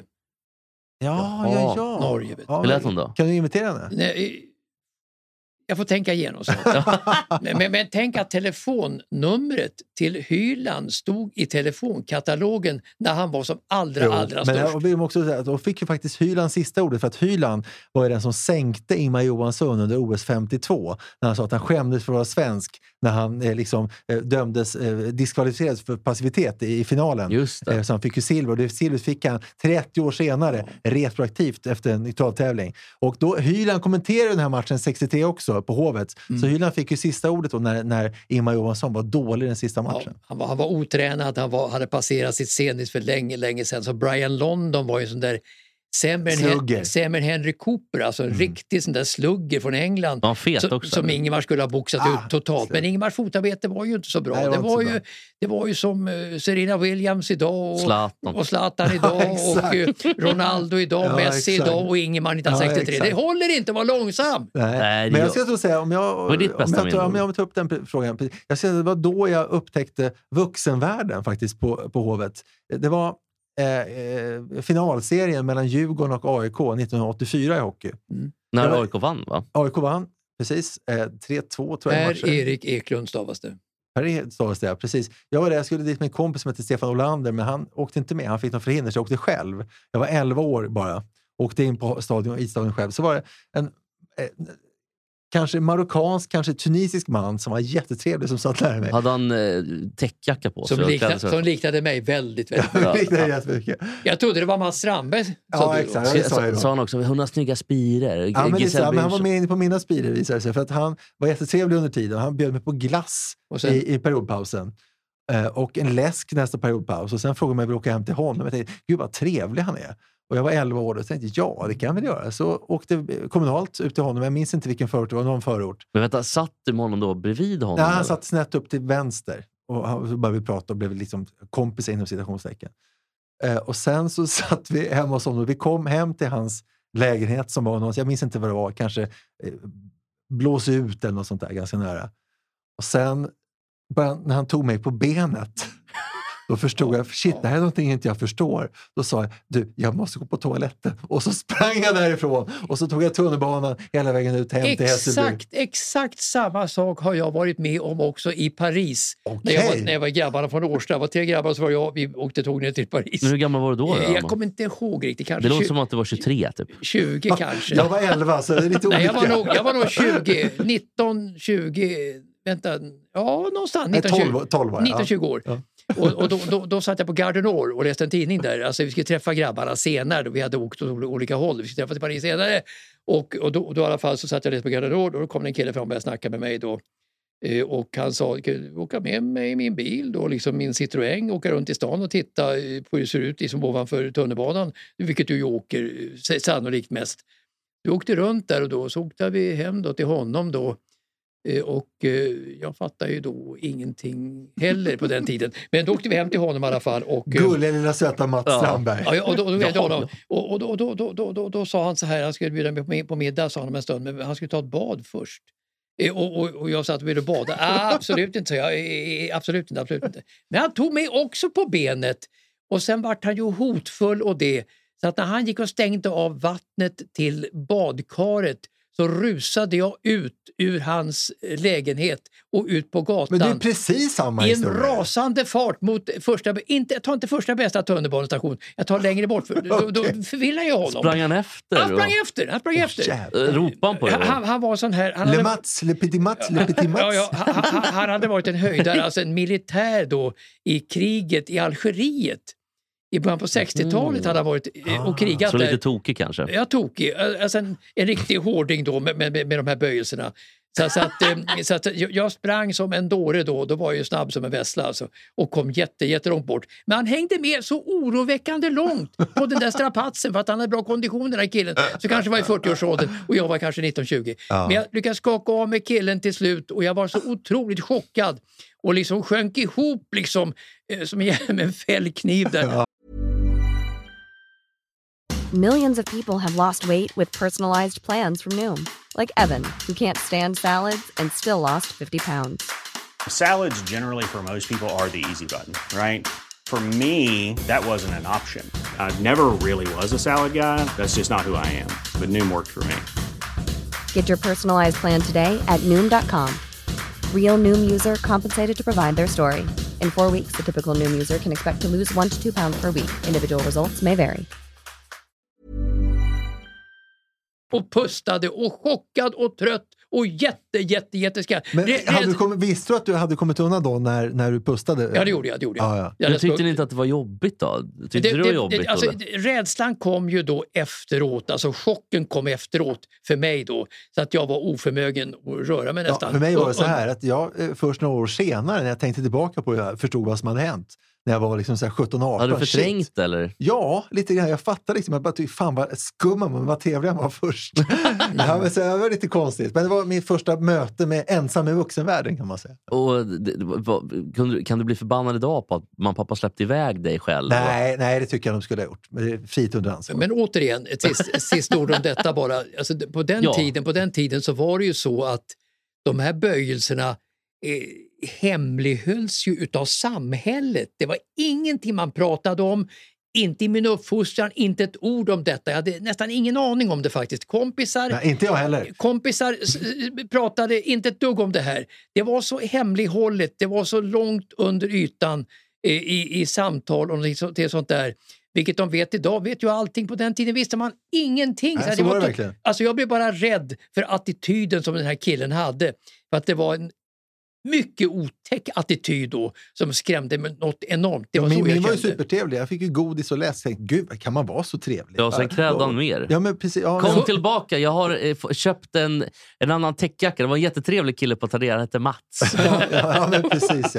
Ja. Norge, vet du. Hur lät hon då? Kan du imitera henne? Nej, jag får tänka igenom så. men tänk att telefonnumret till Hyland stod i telefonkatalogen när han var som allra störst. Men vi måste säga att då fick ju faktiskt Hyland sista ordet, för att Hyland var ju den som sänkte Ingmar Johansson under OS 52 när han sa att han skämdes för att vara svensk när han dömdes diskvalificerades för passivitet i finalen. Just det. Så han fick ju silver, och det silvret fick han 30 år senare retroaktivt efter en nykteraltävling. Och då Hyland kommenterade den här matchen 63 också på Hovet. Så Hyland fick ju sista ordet då när Ingmar Johansson var dålig i den sista matchen. Ja, han var otränad, hade passerat sitt senist för länge sedan. Så Brian London var ju en sån där sämre än Henry Cooper, alltså en riktig sån där slugger från England. Ja, fet också. Som Ingmar skulle ha boxat ut totalt. Men Ingmars fotarbete var ju inte så bra. Nej, det var ju som Serena Williams idag och Zlatan idag och Ronaldo idag, Messi idag och Ingmar 1963. Det håller inte att vara långsam. Nej, men jag ska så säga, om jag tar upp den frågan. Jag säger att det var då jag upptäckte vuxenvärlden faktiskt på Hovet. Det var finalserien mellan Djurgården och AIK 1984 i hockey. När AIK vann, va? AIK vann, precis. 3-2 tror jag. Erik Eklund stavas det. Stavas det, precis. Jag var där, jag skulle dit med en kompis som heter Stefan Olander, men han åkte inte med. Han fick någon förhinder, så jag åkte själv. Jag var 11 år bara. Åkte in på isstadion själv. Så var det en kanske marockansk, kanske tunisisk man som var jättetrevlig som satt nära mig. Hade han täckjacka på sig? Som liknade mig väldigt mycket. Jag trodde det var Mats Strandberg. Ja, exakt. Sa han också, 100 snygga spirer. Ja, men han var med på mina spirer, visade sig. För att han var jättetrevlig under tiden. Han bjöd mig på glass i periodpausen. Och en läsk nästa periodpaus. Och sen frågade mig om jag ville åka hem till honom. Jag tänkte, gud vad trevlig han är. Och jag var 11 år och tänkte, ja, det kan vi göra. Så åkte kommunalt ut till honom. Jag minns inte vilken förort, det var någon förort. Men vänta, satt du med honom då bredvid honom? Nej, han satt snett upp till vänster. Och han började prata och blev liksom kompisar inom citationstecken. Och sen så satt vi hemma hos honom. Och vi kom hem till hans lägenhet som var någonstans. Jag minns inte vad det var. Kanske blås ut eller något sånt där, ganska nära. Och sen, när han tog mig på benet... Då förstod jag, shit, det här är någonting inte jag förstår. Då sa jag, du, jag måste gå på toaletten. Och så sprang jag därifrån. Och så tog jag tunnelbanan hela vägen ut hem till Hässelby. Exakt samma sak har jag varit med om också i Paris. Okay. När jag var grabbarna från Årsta. Det var 3 grabbar, så var jag, vi åkte tåg ner till Paris. Men hur gammal var du då? Jag kommer inte ihåg riktigt. Kanske det låter som att du var 23 typ. 20 kanske. Jag var 11, så det är lite olika. Nej, jag var nog 20, 19, 20, vänta, ja någonstans. 19-20 år. Ja. Och då satt jag på Garden Nord och läste en tidning där. Alltså vi skulle träffa grabbarna senare. Då vi hade åkt åt olika håll. Vi skulle träffas i Paris senare. Och då i alla fall så satt jag och läste på Garden Nord. Och då kom en kille fram och började snacka med mig då. Och han sa, åka med mig i min bil då, liksom min Citroën, åka runt i stan och titta på hur det ser ut liksom ovanför tunnelbanan. Vilket du ju åker sannolikt mest. Vi åkte runt där och då så åkte vi hem då till honom då. Och jag fattar ju då ingenting heller på den tiden. Men då åkte vi hem till honom i alla fall. Gulliga lilla söta Mats Strandberg. Ja, och då sa han så här, han skulle bjuda mig på middag, sa han om en stund, men han skulle ta ett bad först. Och jag satt och ville bada. Absolut inte, så jag. Absolut inte. Men han tog mig också på benet. Och sen vart han ju hotfull och det. Så att när han gick och stängde av vattnet till badkaret så rusade jag ut ur hans lägenhet och ut på gatan. Men det är precis samma historia. I en rasande fart mot jag tar inte första bästa tunnelbanestation. Jag tar längre bort. Då förvillar jag honom. Sprang han efter? Han sprang efter. Ropade han på det? Han var sån här... Le petit Mats. Han hade varit en höjdare, alltså en militär då i kriget i Algeriet. I början på 60-talet hade han varit och krigat så där. Så lite tokig kanske? Ja, tokig. Alltså en riktig hårding då med de här böjelserna. Så att jag sprang som en dåre då var jag ju snabb som en vässla alltså, och kom jättelångt bort. Men han hängde med så oroväckande långt på den där strapatsen för att han hade bra kondition, den här killen. Så kanske var i 40-årsåldern och jag var kanske 19-20. Men jag lyckades skaka av med killen till slut och jag var så otroligt chockad och liksom sjönk ihop liksom som med en fällkniv där. Millions of people have lost weight with personalized plans from Noom. Like Evan, who can't stand salads and still lost 50 pounds. Salads generally for most people are the easy button, right? For me, that wasn't an option. I never really was a salad guy. That's just not who I am. But Noom worked for me. Get your personalized plan today at Noom.com. Real Noom user compensated to provide their story. In 4 weeks, the typical Noom user can expect to lose 1 to 2 pounds per week. Individual results may vary. Och pustade och chockad och trött och jätteskarp. Men visste du att du hade kommit undan då när du pustade? Ja, det gjorde jag. Ja. Men tyckte ni inte att det var jobbigt då? Tyckte du det var jobbigt? Alltså, rädslan kom ju då efteråt, alltså chocken kom efteråt för mig då, så att jag var oförmögen att röra mig nästan. Ja, för mig var det så här att jag först några år senare när jag tänkte tillbaka på det, jag förstod vad som hade hänt. När jag var liksom 17-18. Har du förträngt eller? Ja, lite grann. Jag fattade liksom. Jag bara tyckte, fan vad skumma men vad trevlig han var först. Ja, men så det var lite konstigt. Men det var min första möte med ensam i vuxenvärlden kan man säga. Och kan du bli förbannad idag på att man pappa släppte iväg dig själv? Nej, det tycker jag de skulle ha gjort. Fritt under ansvar. Men återigen, ett sist ord om detta bara. Alltså, på den tiden så var det ju så att de här böjelserna hemlighölls ju utav samhället. Det var ingenting man pratade om, inte i min uppfostran, inte ett ord om detta. Jag hade nästan ingen aning om det faktiskt. Nej, inte jag heller. Kompisar pratade inte ett dugg om det här. Det var så hemlighållet, det var så långt under ytan i samtal och det sånt där. Vilket de vet idag, vet ju allting. På den tiden visste man ingenting. Nej, så var det verkligen. Alltså jag blev bara rädd för attityden som den här killen hade. För att det var en mycket otäck attityd då som skrämde mig något enormt. Det var min var ju supertrevlig. Jag fick ju godis och läs. Gud, kan man vara så trevlig? Ja, sen krävde han mer. Ja, men precis. Ja, Kom tillbaka. Jag har köpt en annan täckjacka. Det var en jättetrevlig kille på Tradera. Han hette Mats. ja, men precis.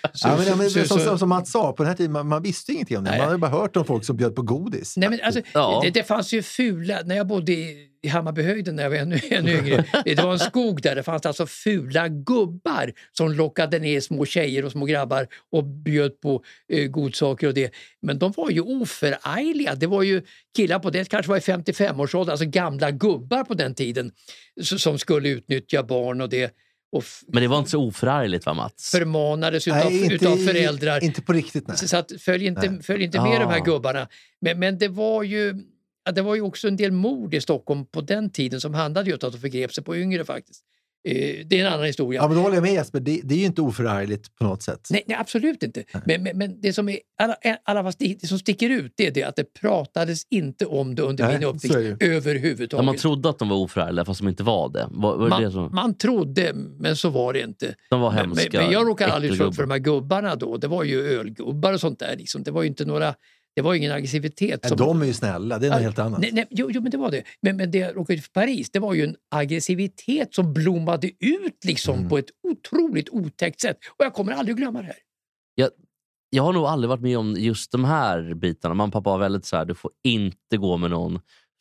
Ja. Som Mats sa, på den här tiden, man visste ingenting om det. Man hade bara hört om folk som bjöd på godis. Nej, men alltså, det fanns ju fula... När jag bodde i Hammarbyhöjden när jag var ännu yngre. Det var en skog där. Det fanns alltså fula gubbar som lockade ner små tjejer och små grabbar och bjöd på godsaker och det. Men de var ju oförargliga. Det var ju killar på det, kanske var i 55-årsåldern, alltså gamla gubbar på den tiden som skulle utnyttja barn och det. Men det var inte så oförargligt, va, Mats? Förmanades utav föräldrar. Inte på riktigt, nej. Så att följ inte med de här gubbarna. Men det var ju... Ja, det var ju också en del mord i Stockholm på den tiden som handlade ju om att de förgrep sig på yngre faktiskt. Det är en annan historia. Ja, men då håller jag med Jesper. Det är ju inte oförargligt på något sätt. Nej, absolut inte. Men det som är det som sticker ut det är det att det pratades inte om det under min uppväxt överhuvudtaget. Ja, man trodde att de var oförargliga fast de inte var det. Man trodde, men så var det inte. De var hemska. Men jag råkade aldrig för de här gubbarna då. Det var ju ölgubbar och sånt där. Liksom. Det var ju inte några... Det var ingen aggressivitet. De är ju snälla, det är något helt annat. Jo, men det var det. Men det jag råkade ut för Paris, det var ju en aggressivitet som blommade ut liksom på ett otroligt otäckt sätt. Och jag kommer aldrig glömma det här. Jag har nog aldrig varit med om just de här bitarna. Mamma och pappa var väldigt så här, du får inte gå med någon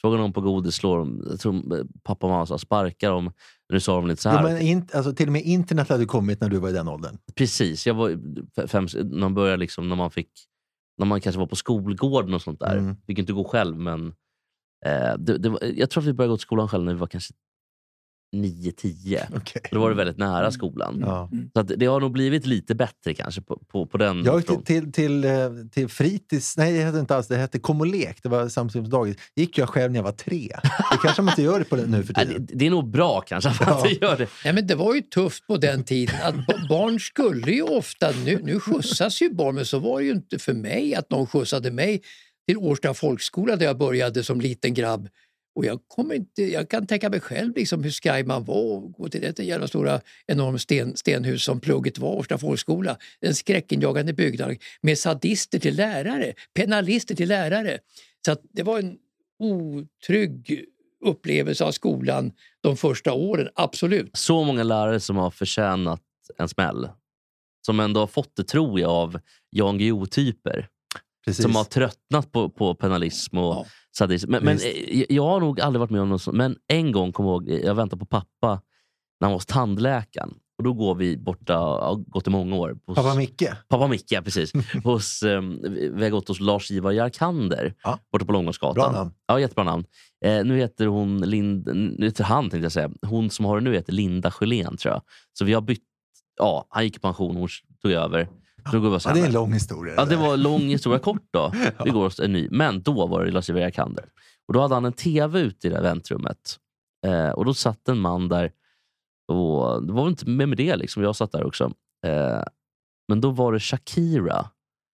Frågar någon på godis, slår dem. Jag tror pappa och mamma sa sparkar dem. Nu sa de lite så här. Ja, men alltså, till och med internet hade kommit när du var i den åldern. Precis, jag var när man började liksom, när man kanske var på skolgården och sånt där. Fick inte gå själv, men jag tror att vi började gå till skolan själv när vi var kanske 9-10. Okay. Då var det väldigt nära skolan. Så att det har nog blivit lite bättre kanske på den. Jag gick till fritids. Nej, det hette inte alls. Det hette Kom och lek. Det var samtidigt gick jag själv när jag var 3. Det kanske man inte gör det på det nu för tiden. Det är nog bra kanske att man inte gör det. Nej, men det var ju tufft på den tiden att barn skulle ju ofta, nu skjutsas ju barn, men så var det ju inte för mig att någon skjutsade mig till Årsta folkskola där jag började som liten grabb. Och jag kan tänka mig själv liksom hur skaj man var och gå till detta jävla stora enorm stenhus som plugget var, Årsta folkskola. En skräckinjagande byggnad med sadister till lärare, penalister till lärare. Så att det var en otrygg upplevelse av skolan de första åren, absolut. Så många lärare som har förtjänat en smäll. Som ändå har fått det, tror jag, av Jan Guillou-typer. Precis. Som har tröttnat på penalism och sadism. Men jag har nog aldrig varit med om något sånt. Men en gång kom jag ihåg, jag väntade på pappa när han var hos tandläkaren. Och då går vi borta, gått i många år. Pappa Micke, precis. Vi har gått hos Lars-Ivar Jarkander borta på Långåsgatan. Bra namn. Ja, jättebra namn. Nu heter hon nu heter han, tänkte jag säga. Hon som har det nu heter Linda Sjölén, tror jag. Så vi har bytt, han gick i pension, hon tog över. Det är en lång historia. Ja, det var en lång historia, kort då. Vi går oss en ny. Men då var det Lars-Ivar Jarkander. Och då hade han en tv ute i det här väntrummet. Och då satt en man där. Och det var inte med det liksom. Jag satt där också. Men då var det Shakira,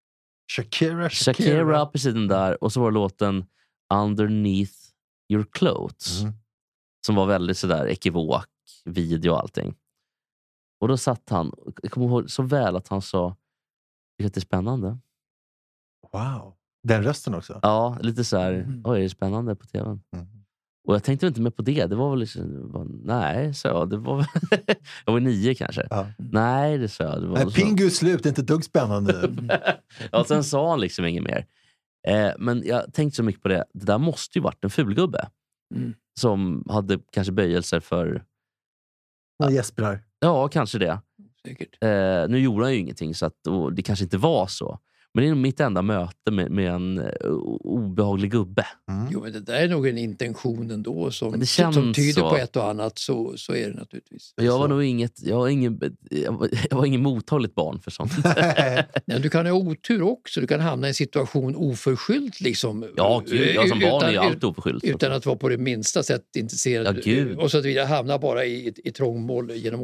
precis den där. Och så var det låten Underneath Your Clothes. Som var väldigt sådär ekivok, video och allting. Och då satt han, jag kommer ihåg så väl att han sa, det är spännande. Wow. Den rösten också? Ja, lite så här, oj, är det spännande på tvn? Och jag tänkte inte mer på det. Det var väl liksom, nej, så det var jag var 9 kanske. Ja. Nej, det sa det var. Nej, Pingu slut, det är inte dugg spännande. Ja, sen sa han liksom inget mer. Men jag tänkte så mycket på det. Det där måste ju varit en fulgubbe. Som hade kanske böjelser för... Och gäsprar. Ja, kanske det. Säkert. Nu gjorde han ju ingenting, så att det kanske inte var så. Men det är nog mitt enda möte med en obehaglig gubbe. Jo, men det där är nog en intention ändå som tyder så. På ett och annat, så är det naturligtvis. Jag var nog jag var ingen mottagligt barn för sånt. Nej, du kan ha otur också. Du kan hamna i en situation oförskyllt liksom. Ja, gud. Jag som barn är ju alltid oförskyllt. Utan att vara på det minsta sätt intresserad. Ja, och så att vidare. Hamna bara i trångmål genom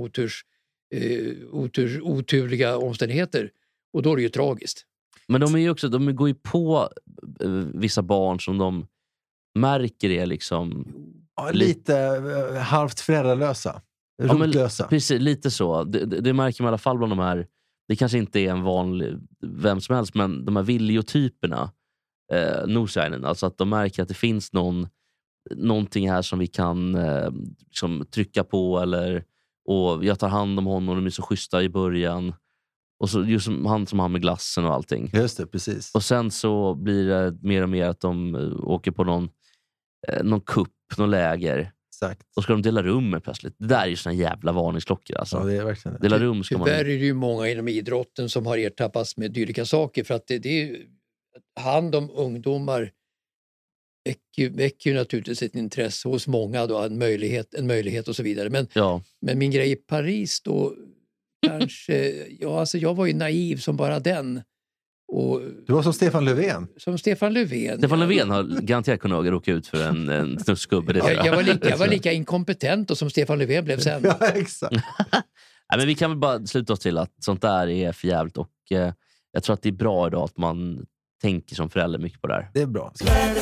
oturliga omständigheter. Och då är det ju tragiskt. Men de går ju på vissa barn som de märker är liksom... Ja, lite halvt föräldralösa. Rotlösa. Precis, lite så. Det märker man i alla fall bland de här... Det kanske inte är en vanlig vem som helst, men de här viljotyperna, noshörnen, alltså att de märker att det finns någonting här som vi kan liksom trycka på, och jag tar hand om honom och de är så schyssta i början. Och så just som han med glassen och allting. Just det, precis. Och sen så blir det mer och mer att de åker på någon kupp, någon läger. Exakt. Och ska de dela rum med plötsligt. Det där är ju såna jävla varningsklockor alltså. Ja, det är verkligen det. Dela rum ska man... Tyvärr är det ju många inom idrotten som har ertappats med dylika saker. För att det är ju... Hand om ungdomar väcker ju naturligtvis ett intresse hos många då, en möjlighet och så vidare. Men min grej i Paris då kanske, jag var ju naiv som bara den. Och, du var som Stefan Löfven. Stefan Löfven har garanterat kunnat råka ut för en snuskgubbe. Jag var lika inkompetent och som Stefan Löfven blev sen. Ja, exakt. Nej, men vi kan väl bara sluta oss till att sånt där är för jävligt, och jag tror att det är bra idag att man tänker som förälder mycket på det här. Det är bra.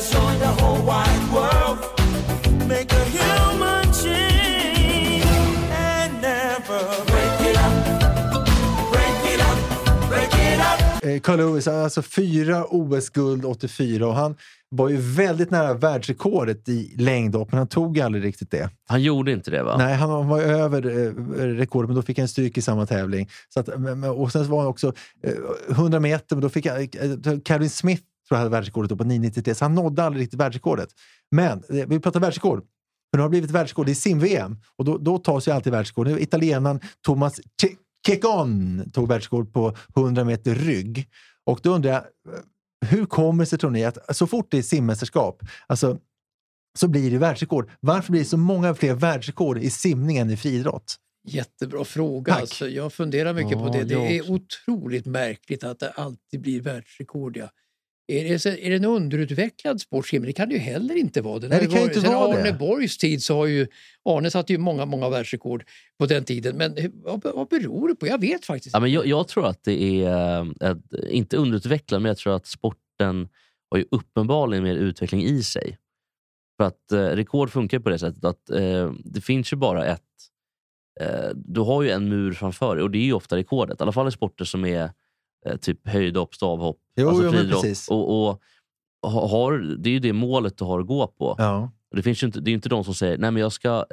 Carl Lewis, alltså 4 OS-guld 84, och han var ju väldigt nära världsrekordet i längdhopp, men han tog aldrig riktigt det. Han gjorde inte det, va? Nej, han var över rekordet, men då fick han stryk i samma tävling. Så att, och sen var han också 100 meter, men då fick Calvin Smith jag hade världsrekordet då på 9,93. Så han nådde aldrig riktigt världsrekordet. Men vi pratar världsrekord. Men det har blivit världsrekord i sim-VM. Och då tas ju alltid världsrekord. Italienaren Thomas Checon tog världsrekord på 100 meter rygg. Och då undrar jag, hur kommer det sig, tror ni, att så fort det är simmästerskap, alltså, så blir det världsrekord? Varför blir det så många fler världsrekord i simning än i friidrott? Jättebra fråga. Alltså, jag funderar mycket på det. Det är otroligt märkligt att det alltid blir världsrekord. Ja. Är det en underutvecklad sportsim? Det kan det ju heller inte vara. Nej, det kan inte vara Arne Borgs tid så har ju Arne satt ju många världsrekord på den tiden. Men vad beror det på? Jag vet faktiskt. Ja, men jag tror att det är inte underutvecklad, men jag tror att sporten har ju uppenbarligen mer utveckling i sig. För att rekord funkar på det sättet att det finns ju bara ett. Du har ju en mur framför dig och det är ju ofta rekordet. I alla fall i sporter som är typ höjdhopp, stavhopp, alltså friidrott. Och det är ju det målet du har att gå på. Ja. Och det finns ju inte, det är inte de som säger nej men jag ska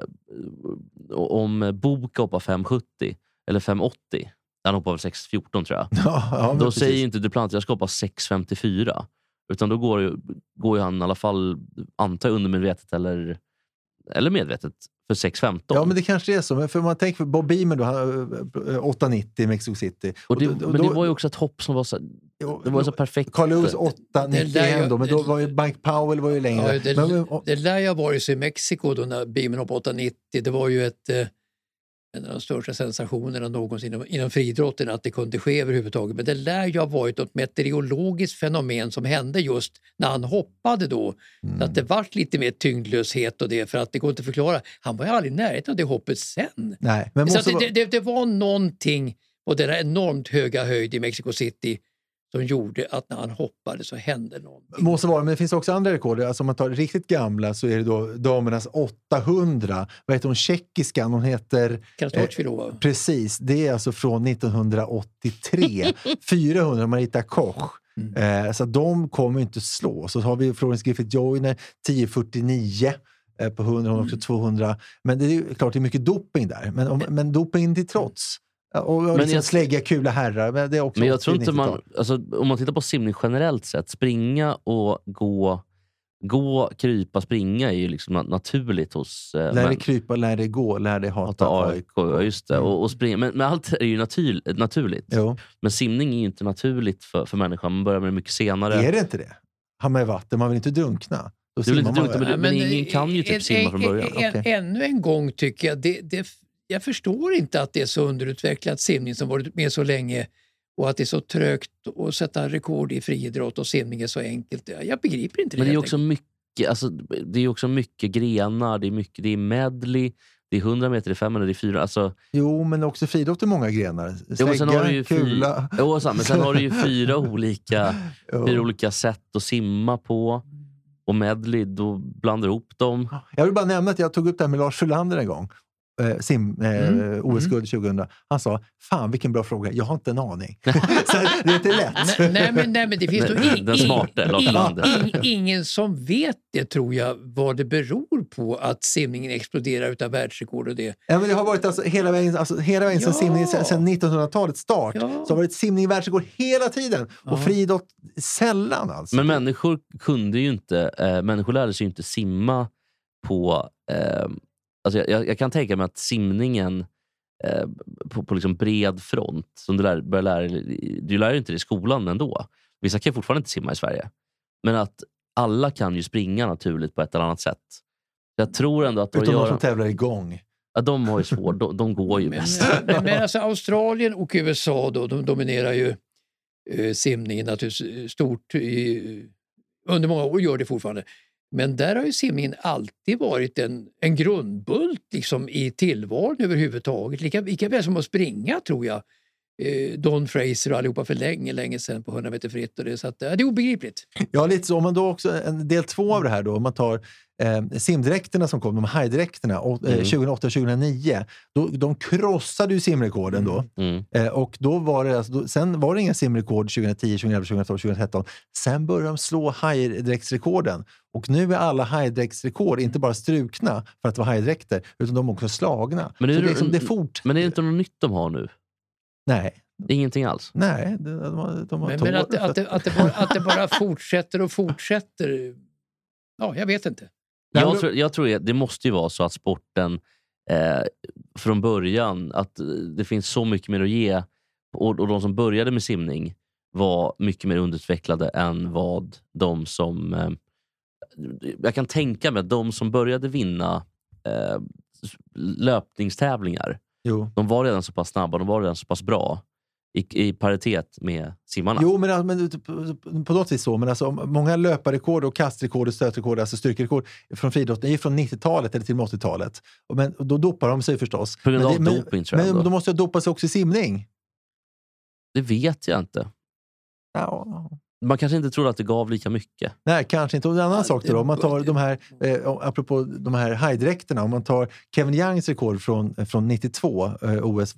om Boka hoppar 5,70 eller 5,80. Han hoppar väl 6,14 tror jag. Ja, då säger inte Duplantis jag ska hoppa 6,54. Utan då går ju han i alla fall antar undermedvetet eller medvetet för 6,15. Ja, men det kanske är så. För man tänker på Bob Beamon då, 8,90 i Mexico City. Men det var ju också ett hopp som var så, det var så perfekt. Carl Lewis 8,91 då, men då var ju Mike Powell var ju längre. Ja, det lär ju ha varit i Mexiko då när Beamon hoppade 8,90. Det var ju en av de största sensationerna någonsin inom friidrotten att det kunde ske överhuvudtaget. Men det lär ju ha varit ett meteorologiskt fenomen som hände just när han hoppade då. Så att det var lite mer tyngdlöshet och det, för att det går inte att förklara. Han var ju aldrig i närheten av det hoppet sen. Nej, men så det var någonting på den enormt höga höjd i Mexico City som gjorde att när han hoppade så hände någonting. Måste vara, men det finns också andra rekord. Alltså om man tar riktigt gamla så är det då damernas 800. Vad heter hon? Tjeckiskan. Hon heter... Krasnochvilova. Precis. Det är alltså från 1983. 400 Marita Koch. Så de kommer inte slå. Så har vi Florence Griffith-Joyner 10,49 på 100. Hon också 200. Men det är ju klart det är mycket doping där. Men doping till trots. Och liksom slägga kula herrar. Men, det är också men jag tror inte man, alltså, om man tittar på simning generellt sett, springa och gå, krypa, springa är ju liksom naturligt hos lär det krypa, lär det gå, lär det hata AIK. Just det, och springa, men allt är ju naturligt. Jo. Men simning är ju inte naturligt för människan, man börjar med det mycket senare. Är det inte det? Har man vatten, man vill inte drunkna. Du vill inte drunkna, men ingen kan ju typ simma från början. Ännu en gång tycker jag jag förstår inte att det är så underutvecklat simning som varit med så länge och att det är så trögt att sätta rekord i friidrott och simning är så enkelt. Jag begriper inte det. Men det är också mycket, alltså, det är också mycket grenar, det är medley, det är 100 meter, det är 500, det är 400. Alltså... Jo, men också friidrott är många grenar. Slägga, kula. Men sen har du ju fyra olika sätt att simma på. Och medley, då blandar ihop dem. Jag vill bara nämna att jag tog upp det här med Lars Sjölander en gång. OS-guld 2000. Han sa, fan vilken bra fråga, jag har inte en aning. Så det är inte lätt. Nej, men det finns den smarta ingen som vet det, tror jag, vad det beror på att simningen exploderar utav världsrekord och det. Ja, men det har varit alltså, hela vägen sedan simningen sedan 1900-talets start så har det varit simning världsrekord hela tiden och friidrott sällan alltså. Men människor lärde sig ju inte simma på alltså jag kan tänka mig att simningen på liksom bred front som du lär inte det i skolan ändå. Vissa kan fortfarande inte simma i Sverige. Men att alla kan ju springa naturligt på ett eller annat sätt. Jag tror ändå att utom de som tävlar igång. Ja, de har ju svårt. De går ju mest. Men alltså Australien och USA då, de dominerar ju simningen naturligtvis stort under många år, gör det fortfarande. Men där har ju simningen alltid varit en grundbult liksom, i tillvaron överhuvudtaget. Lika väl som att springa, tror jag. Don Fraser och allihopa för länge sedan på 100 meter fritt. Och det, så att, det är obegripligt. Ja, lite så. Om man då också, en del 2 av det här då, om man tar simdräkterna som kom, de hajdräkterna 2008-2009, de krossade ju simrekorden då. Och då var det alltså, sen var det inga simrekord 2010, 2011, 2012, 2013. Sen började de slå hajdräktsrekorden. Och nu är alla hajdräktsrekord inte bara strukna för att vara hajdräkter, utan de är också slagna. Men är det inte något nytt de har nu? Nej, Ingenting alls? Nej, de har men att det bara fortsätter och fortsätter. Ja, jag vet inte. Jag tror att det måste ju vara så att sporten från början, att det finns så mycket mer att ge, och de som började med simning var mycket mer underutvecklade än vad de som jag kan tänka mig att de som började vinna löpningstävlingar, de var redan så pass snabba, de var redan så pass bra i paritet med simmarna. Jo, men på något vis så. Men alltså, många löparrekord och kastrekord och stötrekord, alltså styrkerekord från friidrotten är från 90-talet eller till 80-talet. Men då dopar de sig förstås. På grund av doping, tror jag. Men då måste jag dopa sig också i simning. Det vet jag inte. Ja. Man kanske inte tror att det gav lika mycket. Nej, kanske inte. Och en annan sak då, om man tar de här, apropå de här hajdräkterna, om man tar Kevin Youngs rekord från 92 OS,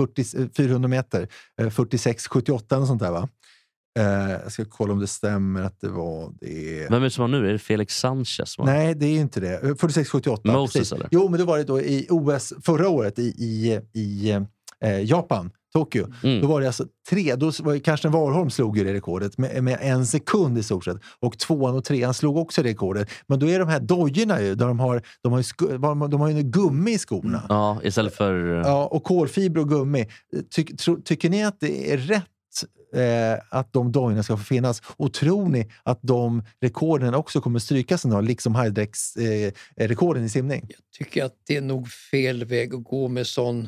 400 meter, 46-78 och sånt där, va? Jag ska kolla om det stämmer att det var det. Vem är det som var nu? Är det Felix Sanchez? Nej, det är inte det. 46-78. Moses, eller? Jo, men det var det då i OS förra året i Japan. Tokyo. Då var det alltså 3, då var det Karsten Warholm slog ju det rekordet med 1 sekund i stort sett. Och 2:an och 3:an slog också det rekordet. Men då är de här dojorna ju, där de har ju gummi i skorna. Ja, istället för... Ja, och kolfiber och gummi. Tycker ni att det är rätt att de dojorna ska få finnas? Och tror ni att de rekorden också kommer strykas nu, liksom Heidrecks rekorden i simning? Jag tycker att det är nog fel väg att gå med sån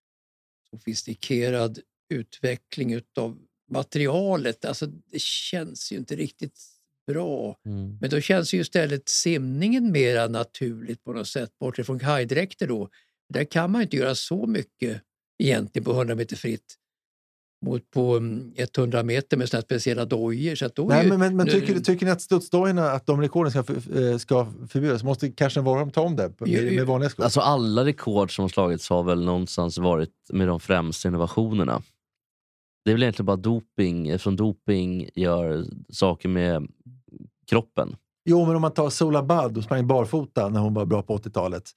sofistikerad utveckling utav materialet. Alltså det känns ju inte riktigt bra. Men då känns ju istället simningen mera naturligt på något sätt. Bortsett från kajdräkter då. Där kan man inte göra så mycket egentligen på 100 meter fritt mot på 100 meter med sådana speciella dojor. Så att då nej, men tycker ni att studsdojorna, att de rekorden ska förbjudas? Måste kanske vara ta om det med vanliga skor? Alltså alla rekord som har slagits har väl någonstans varit med de främsta innovationerna. Det är väl egentligen bara doping, eftersom doping gör saker med kroppen. Jo, men om man tar Sola Bad och sprang barfota när hon var bra på 80-talet.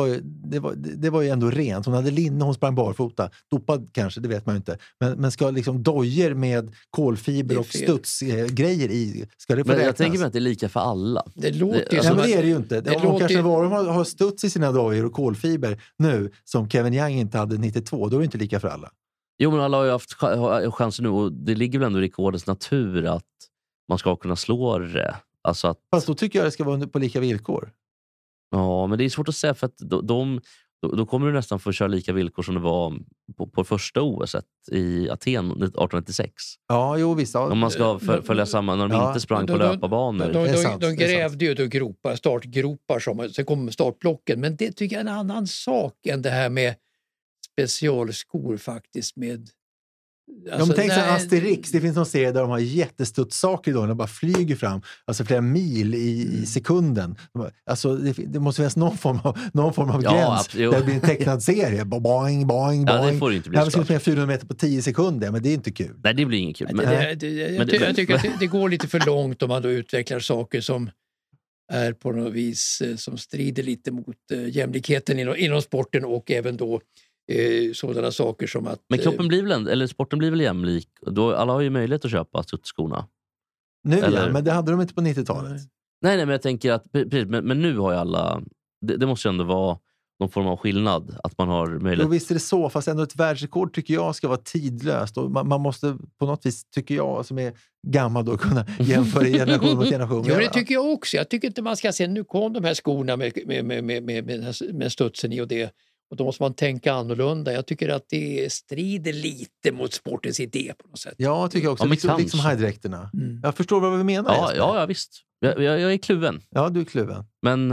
Det var ju ändå rent. Hon hade linne, hon sprang barfota. Dopad kanske, det vet man ju inte. Men ska liksom dojer med kolfiber och studsgrejer i, ska det få räknas? Jag tänker mig att det är lika för alla. Det låter ju men det är det ju inte. Om kanske har studs i sina dojer och kolfiber nu, som Kevin Young inte hade 92, då är det inte lika för alla. Jo, men alla har ju haft chanser nu, och det ligger väl ändå i rekordens natur att man ska kunna slå det. Alltså att... Fast då tycker jag det ska vara på lika villkor. Ja, men det är svårt att säga, för att då kommer du nästan få köra lika villkor som det var på första OS i Aten 1896. Ja, jo visst. Om man ska följa samma när de inte sprang på löparbanor. De grävde ju då startgropar som sen kom startblocken, men det tycker jag är en annan sak än det här med specialskor faktiskt med... Alltså, men tänk så Asterix, det finns någon serie där de har jättestudssaker idag, de bara flyger fram, alltså flera mil i sekunden. Alltså det måste finnas någon form av gräns där det blir en tecknad serie. Boing, boing, boing. Ja, det får inte bli så. Det 400 meter på 10 sekunder, men det är inte kul. Nej, det blir inget kul. Jag tycker att det går lite för långt om man då utvecklar saker som är på något vis som strider lite mot jämlikheten inom sporten, och även då sådana saker som att... Men kroppen blir väl eller sporten blir väl jämlik? Då, alla har ju möjlighet att köpa stutsskorna. Nu ja, men det hade de inte på 90-talet. Nej, men jag tänker att men nu har ju alla... Det måste ju ändå vara någon form av skillnad att man har möjlighet... Jo, visst är det så, fast ändå ett världsrekord tycker jag ska vara tidlöst, och man måste på något vis, tycker jag som är gammal då, kunna jämföra generation mot generation. Ja, det tycker jag också. Jag tycker inte man ska se, nu kom de här skorna med studsen i och det. Och då måste man tänka annorlunda. Jag tycker att det strider lite mot sportens idé på något sätt. Ja, jag tycker också. Liksom hajdräkterna. Jag förstår vad vi menar. Ja, visst. Jag är kluven. Ja, du är kluven. Men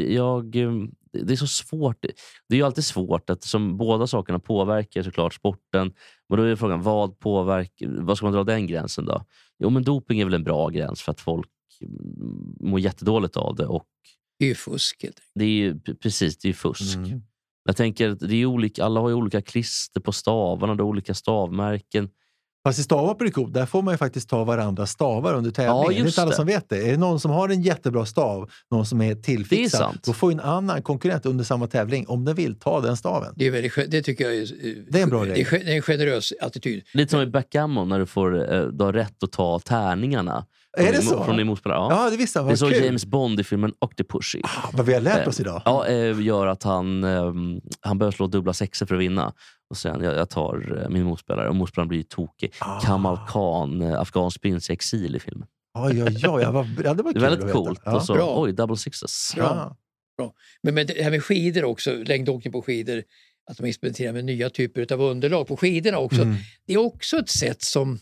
det är så svårt. Det är ju alltid svårt eftersom båda sakerna påverkar såklart sporten. Men då är frågan, vad ska man dra den gränsen då? Jo, men doping är väl en bra gräns för att folk mår jättedåligt av det. Och det är ju fusk. Det är ju precis, det är fusk. Jag tänker att det är olika, alla har ju olika klister på stavarna, det är olika stavmärken. Fast i stavhopp är det coolt. Där får man ju faktiskt ta varandra stavar under tävlingen. Det är inte alla som vet det. Är det någon som har en jättebra stav, någon som är tillfixad, då får en annan konkurrent under samma tävling, om den vill, ta den staven. Det är väldigt, det tycker jag det är en bra regel. Det är en generös attityd. Lite som i backgammon när du får du har rätt att ta tärningarna. Är det så? Från din motspelare. Ja, det visste jag. Det är så kul. James Bond i filmen Octopussy. Vad vi har lärt oss idag. Ja, gör att han börjar slå dubbla sexer för att vinna. Och sen jag tar min motspelare, och motspelaren blir tokig. Kamal Khan, afghansk prins i exil i filmen. Det var kul. Väldigt coolt. Ja. Och så, oj, double sixes. Bra. Men det här med skidor också, längdåkning på skidor, att de experimenterar med nya typer av underlag på skidorna också. Det är också ett sätt som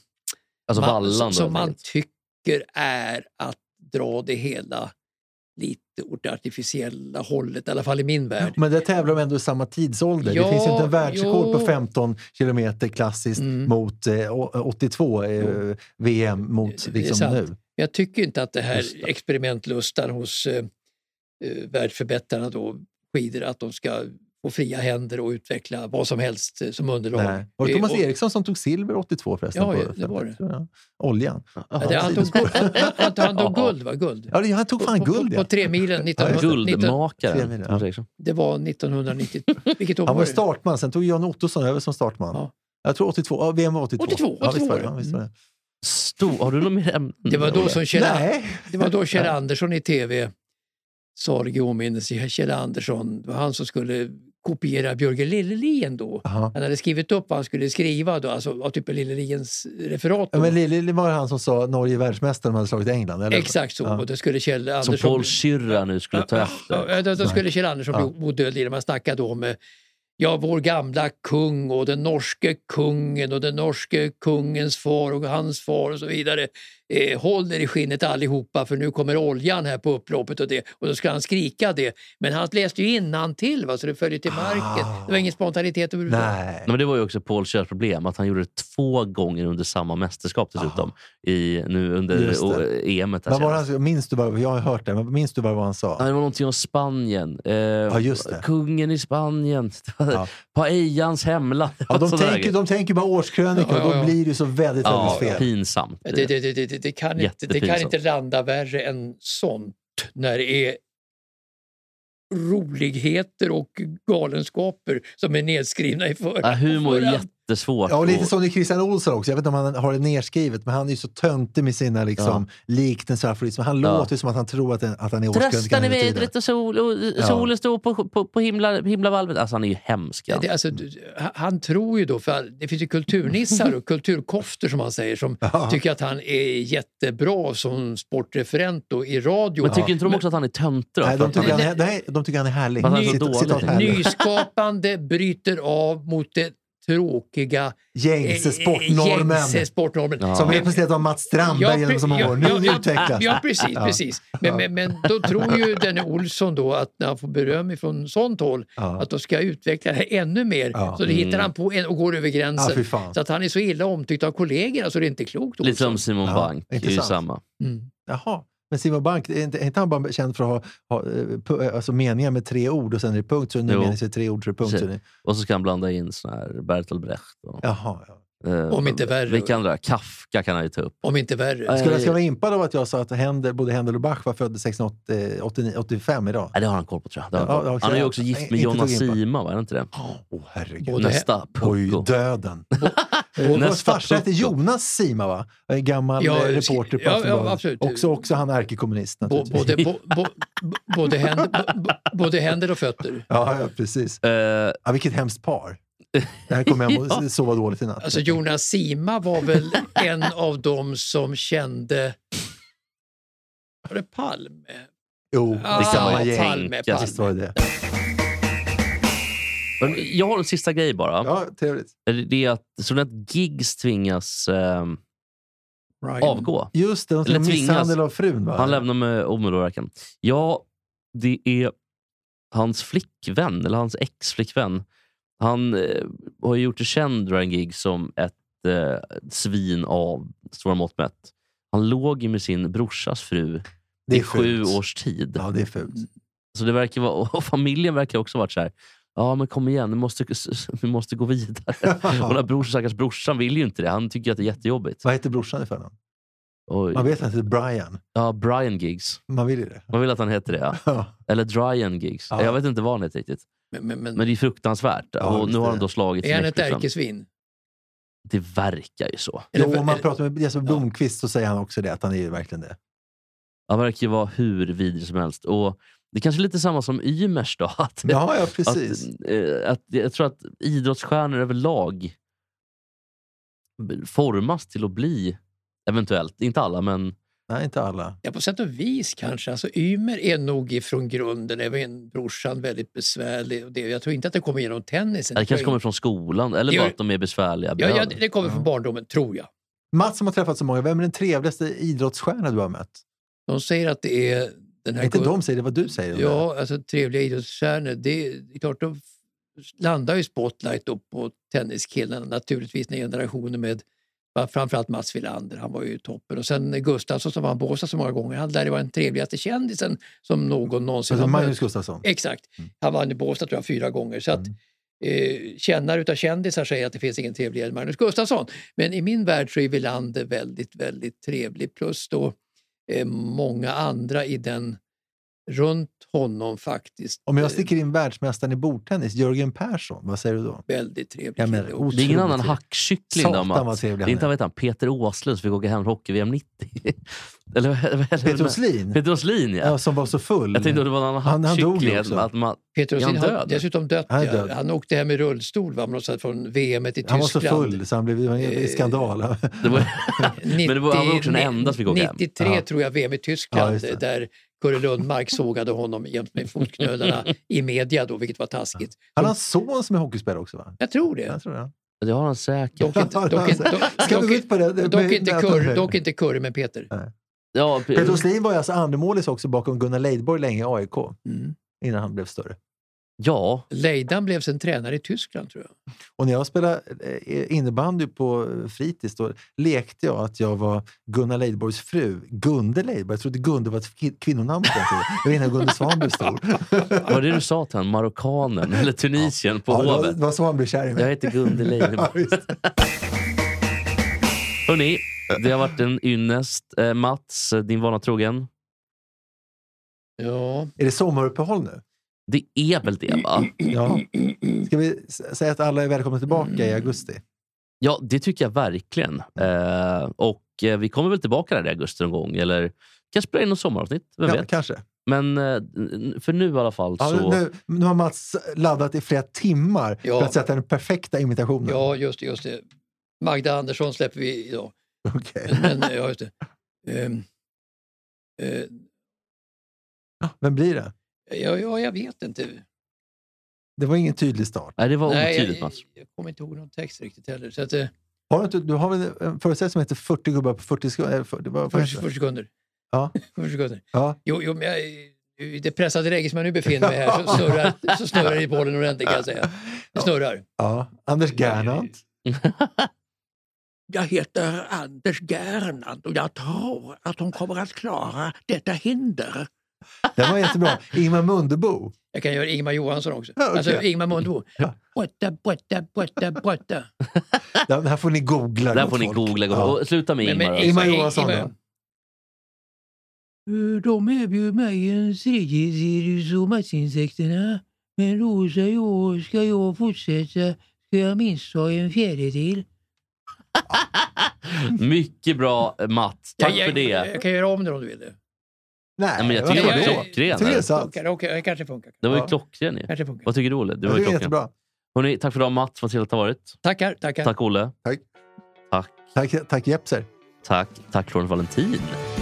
man tycker är att dra det hela lite åt det artificiella hållet, i alla fall i min värld. Men det tävlar de ändå i samma tidsålder. Det finns ju inte en världsrekord på 15 kilometer klassiskt mot 82 VM mot liksom nu. Jag tycker inte att det här experimentlustan hos världsförbättarna då, skidor, att de ska få fria händer och utveckla vad som helst som underlag. Nej. Var det Thomas Eriksson som tog silver 82 förresten? Ja, det var det. Ja. Oljan. Han tog guld, va? Guld. Ja, han tog fan guld. På 3 milen. Guldmakaren. Det var 1990. Vilket år han var startman, sen tog Jan Ottosson över som startman. Ja. Jag tror 82. VM var 82. 82. Ja, visst var det. Har du något mer ämne? Det var då Kjell Andersson i tv, sorg och åminnelse, Kjell Andersson, det var han som skulle kopiera Björgen Lillelien då. Aha. Han hade skrivit upp vad han skulle skriva då, alltså av typ Lilleliens referat. Ja, men Lillelien var han som sa Norge världsmästare när de hade slagit England, eller? Exakt så, och det skulle Kjell Andersson... Som Paul Schürrer nu skulle ta efter. Då skulle Kjell Andersson bli död i det. Man snackade om vår gamla kung och den norske kungen och den norske kungens far och hans far och så vidare. Håll er i skinnet allihopa, för nu kommer oljan här på upploppet och då ska han skrika det. Men han läste ju innantill, så det följde till marken. Det var ingen spontanitet överhuvudtaget. Nej. Men det var ju också Paul Schürers problem, att han gjorde det 2 gånger under samma mästerskap dessutom. Nu under EM:et. Minns du vad jag har hört det, men minns du vad han sa? Det var någonting om Spanien. Just det. Kungen i Spanien. På Ejans hemland. De tänker bara årskrönika och då blir det så väldigt fel. Pinsamt. Det kan inte landa värre än sånt när det är roligheter och galenskaper som är nedskrivna i förhand. Humor är jättesvårt. Ja, och lite som i Christian Olsson också. Jag vet inte om han har det nedskrivet, men han är ju så töntig med sina liknelser. Han låter som att han tror att han är årskrönikan. Tröstan i vädret och solen står på himlavalvet. Alltså han är ju hemsk. Han tror ju då, för det finns ju kulturnissar och kulturkofter som han säger, som tycker att han är jättebra som sportreferent då i radio. Men tycker inte de också att han är töntig då? Nej, de tycker han är härlig. Nyskapande bryter av mot det tråkiga gängse sportnormen. Som representerat av Mats Strandberg genom som år. Nu utvecklas. Ja, precis. Men då tror ju denne Olsson då att när han får beröm ifrån sånt håll att de ska utveckla det här ännu mer. Så det hittar han på och går över gränsen. Så att han är så illa omtyckt av kollegorna så det är inte klokt. Lite som Simon Bank, det är ju samma. Jaha. Men Simon Bank, är inte han bara känd för att ha meningar med 3 ord och sen är det punkt, så är det mening med 3 ord så är det punkt. Och så ska han blanda in sån här Bertolt Brecht. Om inte värre. Vilka andra? Kafka kan han ju ta upp. Om inte värre. Ska jag vara impad av att jag sa att både Händel och Bach var födda 1685 idag? Nej, det har han koll på, tror jag. Han är ju också gift med Jonna Sima, var det inte det? Herregud. Nästa pucko. Döden. Vår farsa heter Jonas Sima, va? Gammal reporter på Aftonbladet. Också han ärkekommunist naturligtvis. Både händer och fötter. Ja, precis. Vilket hemskt par. Det här kommer jag sova dåligt i natt. Alltså Jonas Sima var väl en av dem som kände... Var det Palme? Jo, det kan man Palme. Visst var det. Jag har en sista grej bara. Ja, trevligt. Det är att så att Giggs tvingas avgå. Just det, de misshandel av frun, va? Han lämnar med omedelbarverkan. Ja, det är hans flickvän, eller hans ex-flickvän. Han har gjort det känd, Ryan Giggs, som ett svin av stora mått mätt. Han låg med sin brorsas fru i 7 års tid. Ja, det är fult. Så det verkar vara, och familjen verkar också varit så här: ja men kom igen, vi måste gå vidare. Och den stackars brorsan vill ju inte det. Han tycker att det är jättejobbigt. Vad heter brorsan i förnamn? Man vet att det är Brian. Ja, Brian Giggs. Man vill ju det. Man vill att han heter det, ja. Eller Dryan Giggs. Ja. Jag vet inte vad han heter riktigt. Men det är fruktansvärt. Ja, och nu har han då slagit. Är han ett ärkesvin? Det verkar ju så. Jo, om man pratar med Jesper Blomqvist så säger han också det, att han är ju verkligen det. Han verkar ju vara hur vidrig som helst. Och det är kanske lite samma som Ymers då. Ja, precis. Att jag tror att idrottsstjärnor överlag formas till att bli, eventuellt, inte alla, men... Nej, inte alla. Ja, på sätt och vis kanske. Alltså, Ymer är nog ifrån grunden, även brorsan, väldigt besvärlig. Och det, jag tror inte att det kommer genom tennisen. Det kanske kommer från skolan, eller bara att de är besvärliga. Ja, det kommer från barndomen, tror jag. Mats som har träffat så många, vem är den trevligaste idrottsstjärna du har mött? De säger att det är... Den här inte de säger det, vad du säger. Ja, alltså trevliga idrottsstjärnor. Det är klart, de landar ju spotlight upp på tenniskillarna. Naturligtvis när generationer med framförallt Mats Wilander, han var ju toppen. Och sen Gustafsson som vann Båstad så många gånger. Han där var den trevligaste kändisen som någon någonsin har. Magnus Gustafsson. Exakt. Han vann i Båstad tror jag 4 gånger. Så att kännare utav kändisar säger att det finns ingen trevligare än Magnus Gustafsson. Men i min värld så är Wilander väldigt, väldigt trevlig. Plus då många andra i den runt honom faktiskt. Om jag sticker in världsmästaren i bordtennis, Jörgen Persson, vad säger du då? Väldigt trevlig. Det är ingen annan hackkyckling då, Mats. Det är inte, vet han, Peter Åslund som fick åka hem hockey-VM 90. Peter Åslin? Peter Åslin, ja. Som var så full. Jag tänkte att det var en annan hackkyckling. Peter Åslin har dessutom dött. Han åkte hem i rullstol, va? Från VM i Tyskland. Han var så full så han blev en skandal. Men det var också den enda som fick åka hem. 93 tror jag VM i Tyskland, där Kurre Lundmark sågade honom jämt med fotknölarna i media då, vilket var taskigt. Han har en son som är hockeyspelare också, va? Jag tror det. Det har han säkert. Dock inte Kurre, men Peter. Ja, Peter Åslin var ju alltså andremålis också bakom Gunnar Leidborg länge i AIK. Innan han blev större. Ja. Leidan blev sen tränare i Tyskland, tror jag. Och när jag spelade innebandy på fritids då lekte jag att jag var Gunnar Leidborgs fru, Gunde Leidborg. Jag trodde Gunde var ett kvinnonamn på den tiden. Jag vet inte, Gunde Svan blev stor. Var det du sa till han, marockanen eller Tunisien på hovet? Det var så han blev kär i mig. Jag heter Gunde Leidborg. Hörrni, det har varit en ynnest. Mats, din vana trogen. Ja. Är det sommaruppehåll nu? Det är väl det, va? Ja. Ska vi säga att alla är välkomna tillbaka i augusti? Ja, det tycker jag verkligen. Och vi kommer väl tillbaka där i augusti någon gång. Eller kanske spela in något sommaravsnitt, vem vet? Kanske. Men för nu i alla fall så... Nu har Mats laddat i flera timmar för att sätta den perfekta imitationen. Ja, just det. Magda Andersson släpper vi idag. Okej. Ja, just det. Vem blir det? Ja, jag vet inte. Det var ingen tydlig start. Nej, det var otydligt, Mats. Jag kommer inte ihåg någon text riktigt heller. Så att, du har väl en föreställning som heter 40 gubbar på 40 sekunder? 40 sekunder. Ja. 40 sekunder. Ja. Jo, men i det pressade läge som jag nu befinner mig här så snurrar det i bollen ordentligt, kan jag säga. Det snurrar. Ja. Anders Gernandt. Jag heter Anders Gernandt och jag tror att hon kommer att klara detta hinder. Det var jättebra. Ingmar Mundebo. Jag kan göra Ingmar Johansson också. Ja, okay. Alltså Ingmar Mundebo. Brötta. Det här får ni googla. Där får ni googla. Ja. Sluta med Ingmar. Ingmar Johansson då. De erbjöd mig en serie om matsinsekterna. Men då sa jag, ska jag fortsätta, ska jag minst ha en fjärdedel. Mycket bra, Mats. Tack för det. Jag kan göra om det om du vill det. Nej, men jag tycker det var klockren. Okej, kanske funkar. Det var ju klockren. Vad tycker du, Olle? Det var ju jättebra. Hörrni, tack för det, Mats. Vad trevligt att ha varit. Tackar. Tack, Olle. Tack Jepser. Tack, Ron Valentin.